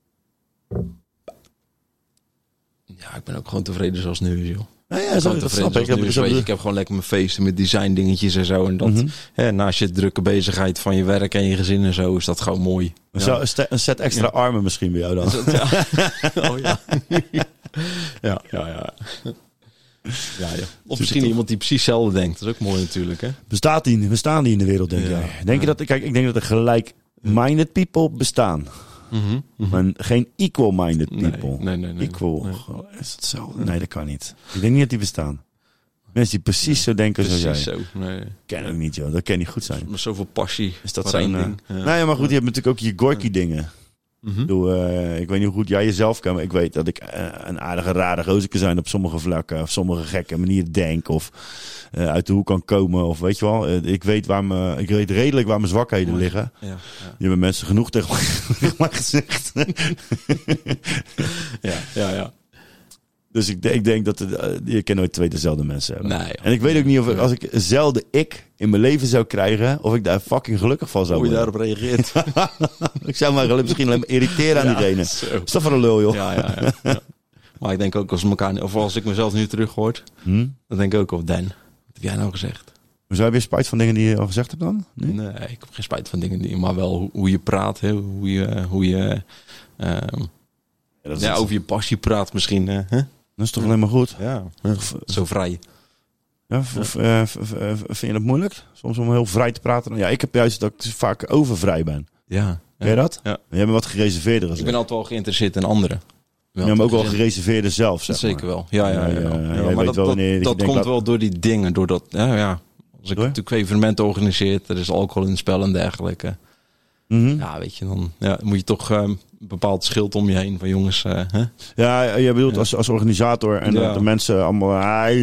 Ja, ik ben ook gewoon tevreden zoals het nu is, joh. Ja, ja, zo, dat snap ik. Nu is, weet je, ik heb gewoon lekker mijn feesten met design dingetjes en zo. En dat, mm-hmm. hè, naast je drukke bezigheid van je werk en je gezin en zo, is dat gewoon mooi. Ja. Zo, een set extra ja. armen misschien bij jou dan. Ja. Oh ja. ja, ja, ja. Ja, ja. Of misschien iemand die precies hetzelfde denkt. Dat is ook mooi natuurlijk, hè? Bestaat die, bestaan die in de wereld, denk ja. ik. Denk ja. je dat, kijk, ik denk dat er gelijk-minded people bestaan. Mm-hmm, mm-hmm. Maar geen equal-minded people. Nee, nee, nee, nee, equal. Nee. Oh, is dat zo? Nee, dat kan niet. Ik denk niet dat die bestaan. Mensen die precies nee, zo denken precies zoals jij. Zo, nee. Ken ik niet, joh. Dat kan niet goed zijn. Met zoveel passie. Is dat zo'n ding? Uh, ja. Nou ja, maar goed, je hebt natuurlijk ook je Gorky dingen. Mm-hmm. Ik, bedoel, uh, ik weet niet hoe goed jij jezelf kan, maar ik weet dat ik uh, een aardige, rare gozer kan zijn op sommige vlakken. Of sommige gekke manieren denk. Of uh, uit de hoek kan komen. Of weet je wel. Uh, ik, weet waar me, ik weet redelijk waar mijn zwakheden Mooi. liggen. Ja, ja. Je hebt mensen genoeg tegen mij gezegd. ja, ja, ja. Dus ik, ik denk dat het, uh, je kan nooit twee dezelfde mensen hebben. Nee, en ik weet ook niet of ik, als ik eenzelfde ik in mijn leven zou krijgen, of ik daar fucking gelukkig van zou worden. Hoe je daarop reageert. Ik zou me misschien alleen maar irriteren aan ja, diegene. Zo. Is dat voor een lul, joh? Ja, ja, ja, ja. Maar ik denk ook als we elkaar, of als ik mezelf nu terug hoor, hmm? dan denk ik ook op Dan. Wat heb jij nou gezegd? Zou je weer spijt van dingen die je al gezegd hebt dan? Nee, nee ik heb geen spijt van dingen, die, maar wel hoe, hoe je praat, hè? hoe je, hoe je uh, ja, dat is ja, over je passie praat misschien. Uh, huh? Dat is toch alleen maar goed? Ja, ja. Zo vrij. Ja, v- v- uh, v- v- vind je dat moeilijk? Soms om heel vrij te praten? Ja, ik heb juist dat ik vaak overvrij ben. Ja. Ken je dat? Ja. Jij bent wat gereserveerder. Ik ben altijd wel geïnteresseerd in anderen. Wel ja, maar ook wel gereserveerder zelf, zeg Zeker maar. wel. Ja, ja, ja. ja, ja. ja, ja maar dat, wel dat, dat, dat komt dat... wel door die dingen. Door dat, ja, ja. Als ik Door? natuurlijk evenementen organiseer, er is alcohol in het spel en dergelijke. Mm-hmm. Ja, weet je, dan ja, moet je toch um, een bepaald schild om je heen van jongens. Uh, hè? Ja, je bedoelt ja. als, als organisator en ja. de mensen allemaal.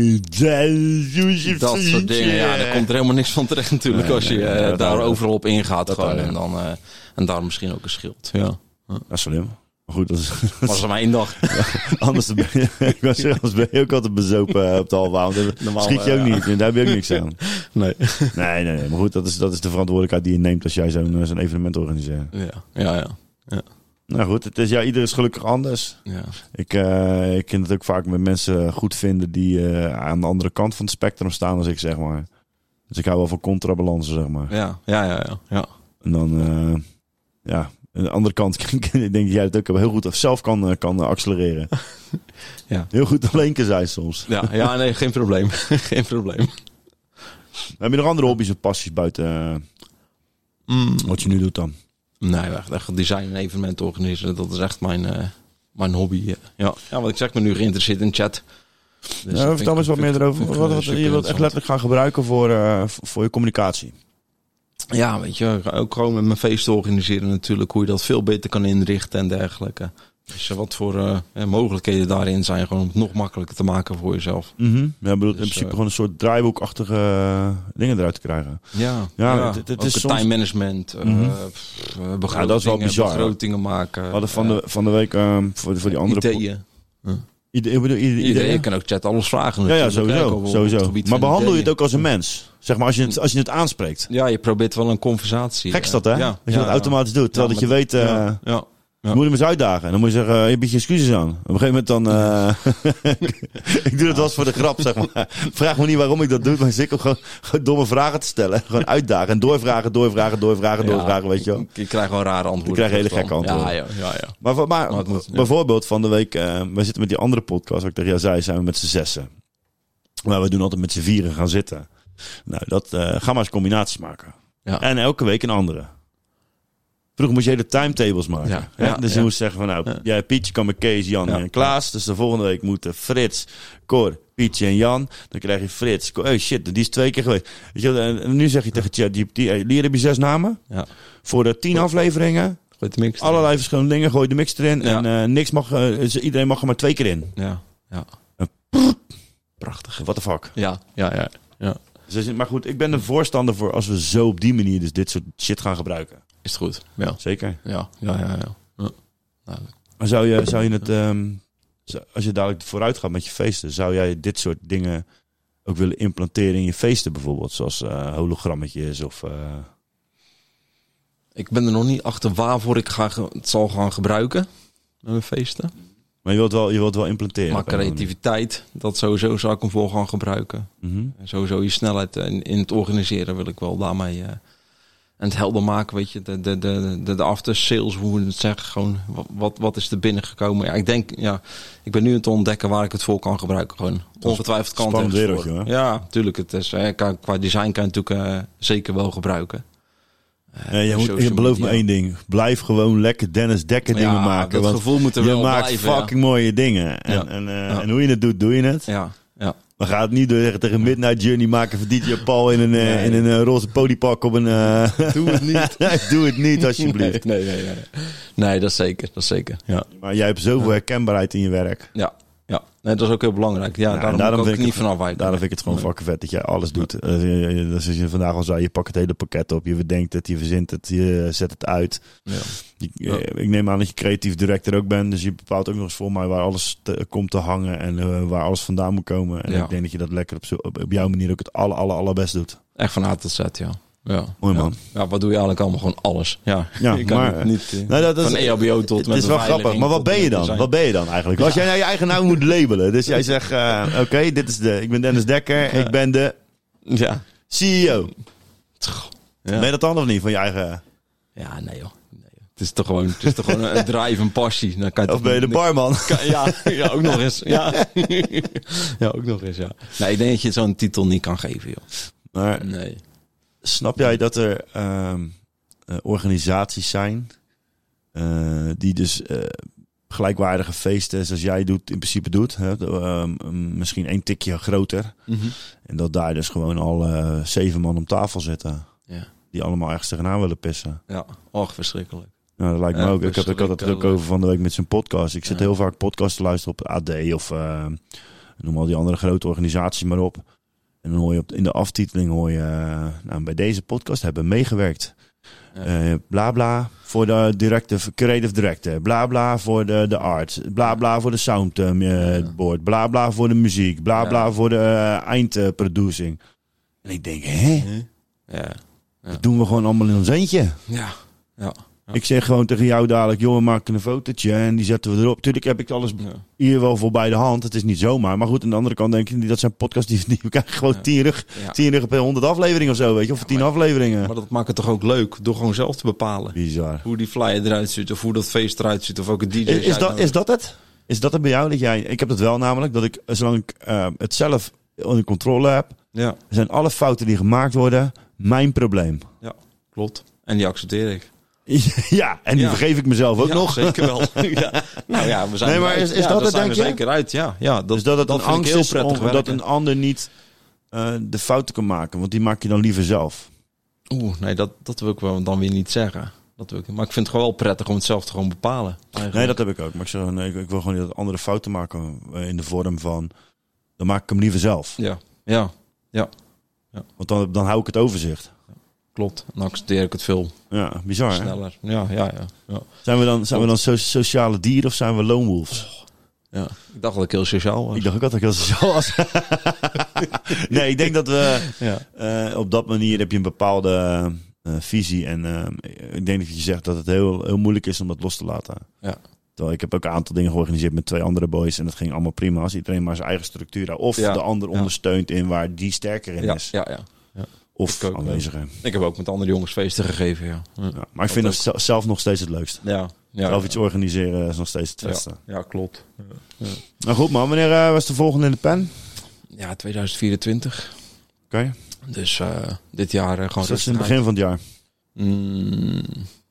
Dat soort dingen, ja, daar komt er helemaal niks van terecht natuurlijk nee, als je uh, nee, daar dat overal op ingaat. Dat gewoon, en, dan, uh, en daar misschien ook een schild. Ja. Dat is slim. Maar goed, dat is... was er maar één dag. Ja, anders ben je, ik was zeggen, anders ben je ook altijd bezopen op de halve avond. Normaal schiet je ook ja. niet, daar heb je ook niks aan. Nee. Nee, nee, nee. Maar goed, dat is, dat is de verantwoordelijkheid die je neemt als jij zo'n, zo'n evenement organiseert. Ja, ja, ja. ja. Nou goed, het is, ja, ieder is gelukkig anders. Ja. Ik, uh, ik kan het ook vaak met mensen goed vinden die uh, aan de andere kant van het spectrum staan als ik, zeg maar. Dus ik hou wel van contrabalansen, zeg maar. Ja, ja, ja, ja. ja. En dan, uh, ja, aan de andere kant, ik denk dat jij het ook heel goed zelf kan, kan accelereren. Ja. Heel goed alleen kan zijn soms. Ja, ja, nee, geen probleem. Geen probleem. Heb je nog andere hobby's of passies buiten uh, Mm. wat je nu doet dan? Nee, echt, echt design en evenementen organiseren, dat is echt mijn, uh, mijn hobby. Ja. Ja. ja, wat ik zeg, ik ben nu geïnteresseerd in chat. Dus Ja, vertel me eens wat meer erover. Wat, wat, je wilt echt letterlijk gaan gebruiken voor, uh, voor je communicatie. Ja, weet je, ook gewoon met mijn feesten organiseren natuurlijk, hoe je dat veel beter kan inrichten en dergelijke. Dus wat voor uh, mogelijkheden daarin zijn, gewoon om het nog makkelijker te maken voor jezelf. Mm-hmm. Ja, bedoel, in Dus, principe uh, gewoon een soort draaiboekachtige uh, dingen eruit te krijgen. Ja, Ja, ja, het- het- het ook is het soms- time management, uh, Mhm. pff, uh, begrotingen, Ja, dat is wel bizar, hè? begrotingen maken. We hadden van, uh, de, van de week um, voor, voor die andere... po- ideeën. Ide- ik bedoel, ide- Ideeën. ideeën? Je kan ook chat alles vragen. Ja, ja, natuurlijk, hè, sowieso. op- op het sowieso. gebied Maar van behandel je het ideeën. ook als een mens? Zeg maar, als je het, als je het aanspreekt. Ja, je probeert wel een conversatie. Gek is dat, hè? Ja, dat je ja, dat ja. automatisch doet. Terwijl Ja, dat je maar weet... Uh, Ja, ja. Je moet hem eens uitdagen. En dan moet je zeggen, uh, je biedt je excuses aan. Op een gegeven moment dan... Uh, ik doe het wel eens voor de grap, zeg maar. Vraag me niet waarom ik dat doe. Maar ik zit om gewoon, gewoon domme vragen te stellen. Gewoon uitdagen. En doorvragen, doorvragen, doorvragen, Ja, doorvragen, weet je wel. Je krijgt gewoon rare antwoorden. Je krijgt hele dan. gekke antwoorden. Ja, ja, ja. ja. Maar, maar, maar Maar het moet, ja. bijvoorbeeld van de week... Uh, wij zitten met die andere podcast, wat ik tegen jou zei, zijn we met z'n zessen. Maar we doen altijd met z'n vieren gaan zitten. Nou, dat, uh, ga maar eens combinaties maken. Ja. En elke week een andere. Vroeger moest je hele timetables maken. Ja, hè? ja, dus je ja. moest zeggen van nou, Ja. jij Pietje kan met Kees, Jan Ja. en Klaas. Dus de volgende week moeten Frits, Cor, Pietje en Jan. Dan krijg je Frits. Cor, oh shit, die is twee keer geweest. Weet je, wel, en nu zeg je tegen ChatGPT, hey, hier heb je zes namen. Ja. Voor de tien afleveringen. Gooi de mix. Allerlei verschillende dingen. Gooi de mix erin. Ja. En uh, niks mag, uh, iedereen mag er maar twee keer in. Ja, ja. Uh, Prachtig. What the fuck. Ja, ja, ja. ja. Dus, maar goed, ik ben er voorstander voor als we zo op die manier dus dit soort shit gaan gebruiken. Is het goed? Ja. Zeker. Ja, ja, ja. ja. ja. Nou, Maar zou je, zou je het, um, als je dadelijk vooruit gaat met je feesten, zou jij dit soort dingen ook willen implanteren in je feesten bijvoorbeeld? Zoals uh, hologrammetjes of... Uh... ik ben er nog niet achter waarvoor ik ga ge- het zal gaan gebruiken met mijn feesten. Maar je wilt wel, je wilt wel implanteren. Maar op een andere creativiteit, dat sowieso zou ik hem voor gaan gebruiken. manier. Mhm. En sowieso je snelheid in, in het organiseren wil ik wel daarmee... Uh, en het helder maken, weet je, de, de, de, de, de after sales, hoe we het zeggen, gewoon wat, wat is er binnengekomen. Ja, ik denk, ja, ik ben nu aan het ontdekken waar ik het voor kan gebruiken. Gewoon ongetwijfeld kan het spannend ergens wereldje, voor. hè? Ja, tuurlijk. Het is, hè, qua qua design kan je het natuurlijk uh, zeker wel gebruiken. Uh, Ja, je, moet, social je belooft me media. één ding. Blijf gewoon lekker Dennis Dekker Ja, dingen maken. dat want gevoel moet er je wel maakt blijven, fucking mooie dingen. En, Ja. en, uh, Ja. en hoe je het doet, doe je het. Ja, ja. Maar ga het niet door tegen Midnight Journey maken voor D J Paul in een, uh, Nee. in een uh, roze ponypak op een... Uh... Doe het niet. doe het niet, alsjeblieft. Nee, nee, nee, nee. Nee, dat is zeker, dat is zeker. Ja, Maar jij hebt zoveel herkenbaarheid in je werk. ja, ja. Nee, dat is ook heel belangrijk. Ja, Ja, daarom, daarom moet ik vind ook ik niet het- van afwijken. Daarom vind ik het gewoon Nee. fucking vet dat jij alles doet. Uh, je- je- dus als je vandaag al zei, je pakt het hele pakket op, je bedenkt het, je verzint het, je zet het uit. Ja. Je- Ja. Ik neem aan dat je creatief director ook bent, dus je bepaalt ook nog eens voor mij waar alles te- komt te hangen en uh, waar alles vandaan moet komen. En Ja. ik denk dat je dat lekker op, zo, op, op jouw manier ook het aller, aller, allerbest doet. Echt van A tot Z, ja. Ja. Mooi, Ja. man. Ja, wat doe je eigenlijk allemaal? Gewoon alles. Ja, Ja, je kan maar- het niet... eh, Nou, dat is- van E H B O tot Het met is wel beveiliging grappig, maar wat tot ben je met dan? design. Wat ben je dan eigenlijk? Als jij nou je eigen naam moet labelen, dus jij zegt, uh, oké, okay, dit is de, ik ben Dennis Dekker, ik ben de Ja. C E O. Ja. Ben je dat dan of niet van je eigen... Ja, nee joh. Nee, joh. Het is toch gewoon, het is toch gewoon een drive, een passie. Dan kan je Of toch ben je de niet- barman? Kan- Ja, ja, ook nog eens. Ja. Ja, ook nog eens, ja. Nee, ik denk dat je zo'n titel niet kan geven, joh. Maar Nee. snap jij dat er ehm, eh, organisaties zijn eh, die dus eh, gelijkwaardige feesten zoals jij doet in principe doet, hè? De, ehm, misschien één tikje groter, en dat daar dus gewoon al eh, zeven man om tafel zitten Ja. die allemaal ergens tegenaan willen pissen. Ja, och, verschrikkelijk. Nou, dat lijkt me Ja, ook. Ik had, ik had het er ook verschrikkelijk. over van de week met zijn podcast. Ik zit Ja. heel vaak podcasts te luisteren op A D of eh, noem al die andere grote organisaties maar op. En dan hoor je op, in de aftiteling hoor je, uh, nou, bij deze podcast hebben we meegewerkt. Ja. Eh, bla bla voor de directive, creative director. Bla bla voor de, de art. Bla bla voor de soundboard. Bla bla voor de muziek. Bla Ja. bla voor de uh, eindproducing. En ik denk, hè? Ja. Dat doen we gewoon allemaal in ons eentje. Ja. Ja. Ik zeg gewoon tegen jou dadelijk, joh, we maken een fotootje en die zetten we erop. Tuurlijk heb ik alles Ja. hier wel voor bij de hand. Het is niet zomaar. Maar goed, aan de andere kant denk ik, dat zijn podcasts die, die we krijgen gewoon Ja. tien rug, Ja. tien rug per honderd afleveringen of zo, weet je. Of Ja, tien maar- afleveringen. Maar dat maakt het toch ook leuk door gewoon zelf te bepalen. Bizar. Hoe die flyer eruit ziet of hoe dat feest eruit ziet of ook een D J. Is, is, dat, is dat het? Is dat het bij jou? Dat jij, ik heb dat wel namelijk, dat ik, zolang ik uh, het zelf onder controle heb, Ja, zijn alle fouten die gemaakt worden mijn probleem. ja, klopt. En die accepteer ik. Ja, en die Ja. vergeef ik mezelf ook Ja, nog. zeker wel. ja. Nou ja, we zijn Nee, maar eruit. is- is Ja, dat daar het, zijn denk we je? zeker uit, ja. ja dat, Dus dat het een vind ik angst heel is prettig om, dat werken. een ander niet uh, de fouten kan maken. Want die maak je dan liever zelf. Oeh, nee, dat, dat wil ik wel dan weer niet zeggen. Dat wil ik, maar ik vind het gewoon wel prettig om het zelf te gewoon bepalen. Eigenlijk. Nee, dat heb ik ook. Maar ik zeg, nee, ik, ik wil gewoon niet dat andere fouten maken uh, in de vorm van, dan maak ik hem liever zelf. Ja, ja, Want dan, dan hou ik het overzicht. klopt. Dan accepteer ik het veel Ja, bizar hè? sneller. Ja, ja, ja. ja. Zijn we dan, zijn we dan so- sociale dieren of zijn we lone wolves? ja. Ik dacht dat ik heel sociaal was. Ik dacht ook dat ik heel sociaal was. Nee, ik denk dat we Ja. uh, op dat manier heb je een bepaalde uh, visie. En uh, ik denk dat je zegt dat het heel, heel moeilijk is om dat los te laten. Ja. Terwijl ik heb ook een aantal dingen georganiseerd met twee andere boys. En dat ging allemaal prima. Als iedereen maar zijn eigen structuur had. Of Ja. de ander Ja. ondersteunt in waar die sterker in Ja, is. ja, ja. Of ik ook, aanwezig. hè. Ik heb ook met andere jongens feesten gegeven, ja. Ja, Ja, maar ik vind ook. dat ze- zelf nog steeds het leukst. ja. ja Zelf ja. iets organiseren is nog steeds het beste. Ja, ja, klopt. Nou goed man, wanneer uh, was de volgende in de pen? Ja, tweeduizend vierentwintig. Oké, Dus uh, dit jaar uh, gewoon dus dat is in het rustig begin van het jaar. Mm,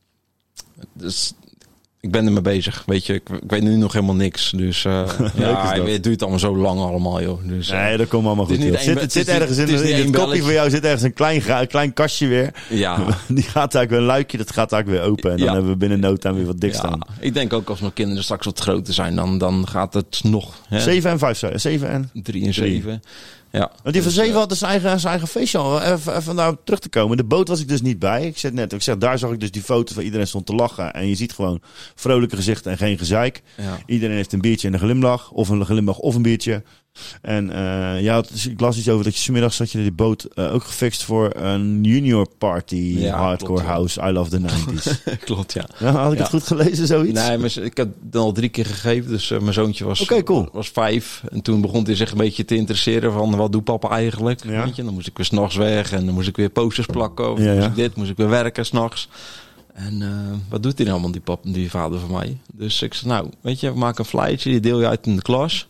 dus ik ben ermee bezig, weet je. Ik, ik weet nu nog helemaal niks. Dus uh, ja, dat. het duurt allemaal zo lang allemaal, joh. Dus, uh, Nee, dat komt allemaal het is goed. niet joh. één Het be- zit, het het is zit ergens niet- in, het is in niet het één kopje belletje. van jou zit ergens een klein, ga- een klein kastje weer. ja, Die gaat eigenlijk weer een luikje, dat gaat eigenlijk weer open. En dan Ja. hebben we binnen no time weer wat dik ja, staan. ik denk ook als mijn kinderen straks wat groter zijn, dan, dan gaat het nog. Hè? Zeven en vijf, zeven en... Drie en zeven. Ja. Want die van Dus, zeven uh, had dus zijn eigen, zijn eigen feestje al. Even, even daar op terug te komen. De boot was ik dus niet bij. Ik zeg net, ik zeg, daar zag ik dus die foto's van iedereen stond te lachen. En je ziet gewoon vrolijke gezichten en geen gezeik. ja. Iedereen heeft een biertje en een glimlach. Of een glimlach of een biertje. En uh, ja, dus ik las iets over dat je 's middags zat je die boot uh, ook gefixt voor een junior party. Ja, Hardcore klopt, ja. house. I love the nineties. Klopt, ja. Ja, had ik Ja. het goed gelezen, zoiets? Nee, maar ik heb het al drie keer gegeven. Dus uh, mijn zoontje was, Oké, cool. was vijf. En toen begon hij zich een beetje te interesseren van wat doet papa eigenlijk. Ja. Weet je? Dan moest ik weer s'nachts weg en dan moest ik weer posters plakken. Of Ja, moest ja. ik dit, moest ik weer werken s'nachts. En uh, wat doet hij nou, man, die, pap, die vader van mij? Dus ik zei, nou, weet je, we maken een flyertje, die deel je uit in de klas.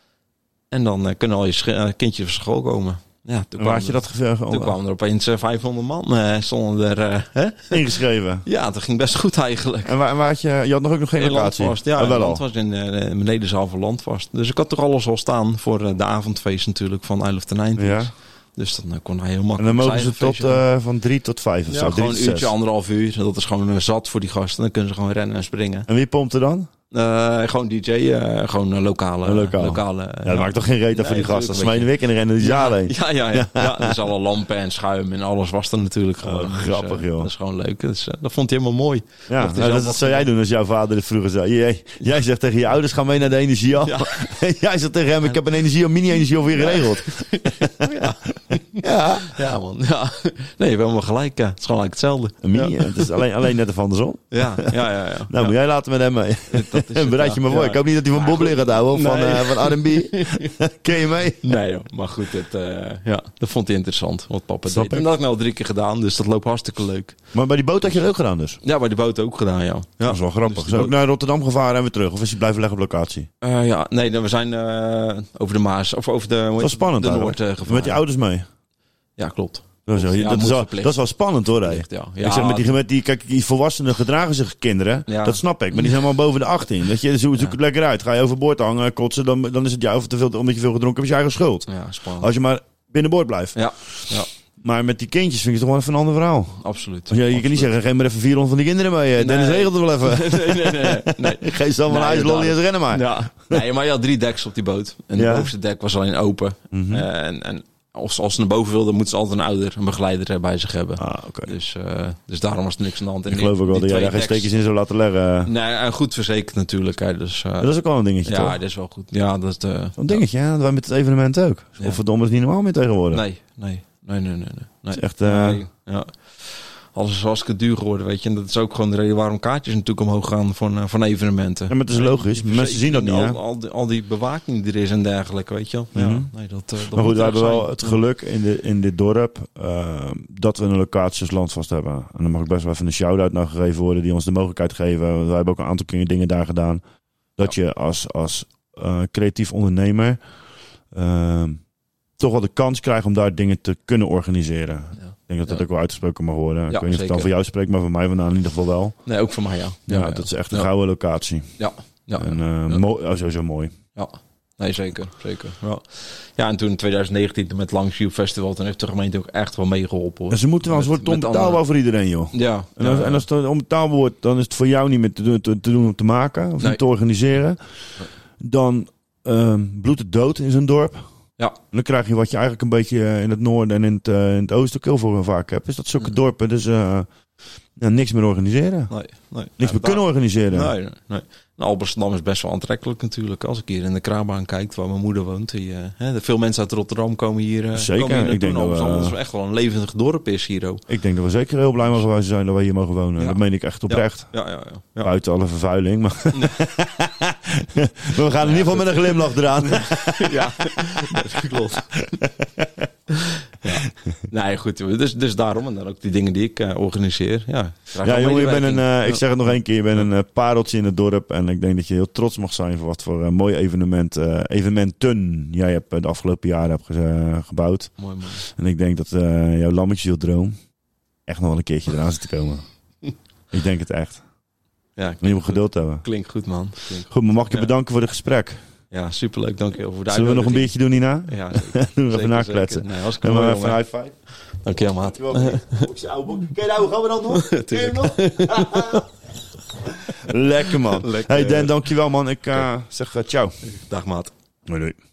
En dan uh, kunnen al je sch- uh, kindjes van school komen. Ja, toen, Waar kwam had je er, dat ge- toen ge- kwamen er opeens uh, vijfhonderd man. Uh, stonden er, uh, hè? ingeschreven? Ja, dat ging best goed eigenlijk. En waar, waar had je... Je had nog ook nog geen In locatie? Landvast, ja, Oh, in wel al. Landvast in uh, de benedenzaal van Landvast. Dus ik had toch alles al staan voor uh, de avondfeest natuurlijk van I Love the nineties. Ja. Dus dan uh, kon hij heel En makkelijk dan mogen zijn ze tot feestje doen. uh, van drie tot vijf of ja, zo? Drie gewoon tot een uurtje, zes. anderhalf uur. Dat is gewoon uh, zat voor die gasten. Dan kunnen ze gewoon rennen en springen. En wie pompt er dan? Uh, gewoon D J, uh, gewoon uh, lokale. Een lokaal. lokale Ja, dat maakt toch geen reet uit Nee, voor die gasten. Als ze natuurlijk mij in de week en dan rennen die zaal heen. Ja, ja, ja. ja. Dus alle lampen en schuim en alles was er natuurlijk gewoon. Oh, Dus, grappig, uh, joh. Dat is gewoon leuk. Dus, uh, dat vond hij helemaal mooi. Ja, Mocht hij nou, zelf dat, dat zou jij doen als jouw vader dit vroeger zei. Jij, jij zegt tegen je ouders, ga mee naar de energiehal. Ja. Jij zegt tegen hem, ik heb een energie, een mini-energie weer geregeld. Ja. Ja. Ja, man. Ja. Nee, we hebben helemaal gelijk. Ja. Het is gewoon eigenlijk hetzelfde. Een mini, het is alleen, alleen net even andersom. Ja, ja, ja. ja. Nou, ja. moet jij later met hem mee. Dat is het, Bereid je ja. me voor. Ja. Ik hoop niet dat hij van bobbeling gaat houden of van, Nee. uh, van R en B. Ken je mee? Nee, joh. Maar goed, het, uh, ja, dat vond hij interessant, wat papa Snap deed. ik. En dat heb ik nou al drie keer gedaan, dus dat loopt hartstikke leuk. Maar bij die boot had je het ook gedaan dus? Ja, bij de boot ook gedaan, ja. ja. Dat is wel grappig. Dus Is die ook boot- naar Rotterdam gevaren en weer terug? Of is hij blijven leggen op locatie? Uh, ja, nee, we zijn uh, over de Maas, of over de, hoe Dat heet was het? spannend de eigenlijk. Noord uh, gevaren. Met die ouders mee? Ja, klopt. Dat is, wel- Ja, dat, is moet wel, verplicht. dat is wel spannend hoor. Hè. Verplicht, ja. Ja, Ik zeg met die, met die, kijk, die volwassenen gedragen zich kinderen. Ja. Dat snap ik. Maar die zijn allemaal boven de achttien. Dat je, zoek, zoek het lekker uit. Ga je overboord hangen, kotsen, dan, dan is het jou. Of te veel, omdat je veel gedronken hebt, is je eigen schuld. Ja, spannend. Als je maar binnenboord blijft. Ja, ja, Maar met die kindjes vind ik het toch wel even een ander verhaal. absoluut. Als je, je kan niet zeggen, geef maar even vierhonderd van die kinderen mee. Nee. Dennis regelt het wel even. nee, nee, nee. nee. Geef ze allemaal Nee, een ijslolly en inderdaad. ze rennen maar. Ja. Nee, maar je had drie decks op die boot. En Ja. het bovenste dek was alleen open. Mhm. Uh, en, en als, als ze naar boven wilden, moeten ze altijd een ouder, een begeleider bij zich hebben. Ah, oké. Dus, uh, dus daarom was er niks aan de hand. En Ik die- geloof ook wel die dat jij twee daar geen decks- steekjes in zou laten leggen. Nee, en goed verzekerd natuurlijk. Hè, dus, uh, Dat is ook wel een dingetje, ja, toch? dat is wel goed. Ja, dat is de... Zo'n dingetje, hè? Dat wij met het evenement ook. Ja. Of verdomme, dat is niet normaal meer tegenwoordig. Nee, nee, nee, nee, nee. nee. Het is echt... eh, Nee, ja. alles is hartstikke duur geworden, weet je. En dat is ook gewoon de reden waarom kaartjes natuurlijk omhoog gaan van, uh, van evenementen. Ja, maar het is logisch. Mensen zien dat niet, hè? Al, al, die, al die bewaking die er is en dergelijke, weet je wel. Ja, Mm-hmm. nee, dat, uh, dat Maar goed, moet we er hebben zijn. wel het geluk in, de, in dit dorp uh, dat we een locatie als Landvast hebben. En dan mag ik best wel even een shout-out naar gegeven worden die ons de mogelijkheid geven. We hebben ook een aantal keer dingen daar gedaan. Dat Ja. je als, als uh, creatief ondernemer uh, toch wel de kans krijgt om daar dingen te kunnen organiseren. Ja. Ik denk dat dat Ja. ook wel uitgesproken mag worden. Ik Ja, weet niet of het dan zeker. voor jou spreekt, maar voor mij vandaan in ieder geval wel. Nee, ook voor mij, ja. Ja, dat is echt een ja. gouden locatie. Ja, ja. En uh, ja. mooi, oh, sowieso mooi. Ja, nee, zeker. zeker. Ja. ja, en toen in twintig negentien met Langstream Festival, toen heeft de gemeente ook echt wel meegeholpen, hoor. En ze moeten wel eens Met- worden met onbetaalbaar andere- voor iedereen, joh. Ja. En als, ja, en als het onbetaalbaar wordt, dan is het voor jou niet meer te doen, te, te doen om te maken of Nee. te organiseren. Dan uh, bloedt het dood in zo'n dorp. Ja. En dan krijg je wat je eigenlijk een beetje in het noorden en in het, uh, in het oosten ook heel veel vaak hebt. Is dat zulke Mhm. dorpen dus uh, ja, niks meer organiseren. Nee, nee. Niks Ja, meer kunnen organiseren. Nee, nee, nee. En Alblasserdam is best wel aantrekkelijk natuurlijk. Als ik hier in de Kraambaan kijk, waar mijn moeder woont. Die, uh, hè, veel mensen uit Rotterdam komen hier, uh, Zeker. komen hier Ik denk naartoe. dat we, Alblasserdam uh, is echt wel een levendig dorp is hier ook. Ik denk dat we zeker heel blij mogen zijn dat we hier mogen wonen. Ja. Dat meen ik echt oprecht. Ja, ja, ja. ja. Buiten alle vervuiling. Maar, maar we gaan in ieder geval met een glimlach eraan. ja, dat klopt. ja. Nee, goed. Dus, dus daarom. En dan ook die dingen die ik uh, organiseer. Ja, Ja, jongen, je bent een, uh, ik Ja. zeg het nog één keer, je bent een uh, pareltje in het dorp. En ik denk dat je heel trots mag zijn voor wat voor uh, mooi evenement, uh, evenementen jij hebt uh, de afgelopen jaren hebt ge- uh, gebouwd. Mooi, mooi. En ik denk dat uh, jouw lammetjesdroom echt nog wel een keertje eraan zit te komen. Ik denk het echt. Ja, Maar je moet geduld hebben. Klinkt goed, man. Klinkt goed. Goed, maar mag ik je Ja. bedanken voor het gesprek? Ja, superleuk. Dank je wel voor de Zullen we nog een uitnodiging. biertje doen hierna? Ja, zeker. Doen we Zeker, even nakletsen. zeker. Nee, hartstikke En mooi, maar even jongen. een high five. Dank je wel, maat. Ken je nou, gaan we dan nog? Ken je hem nog? Lekker man. Lekker. Hey Dan, dankjewel man. Ik uh, zeg uh, ciao. Dag, maat. Doei doei.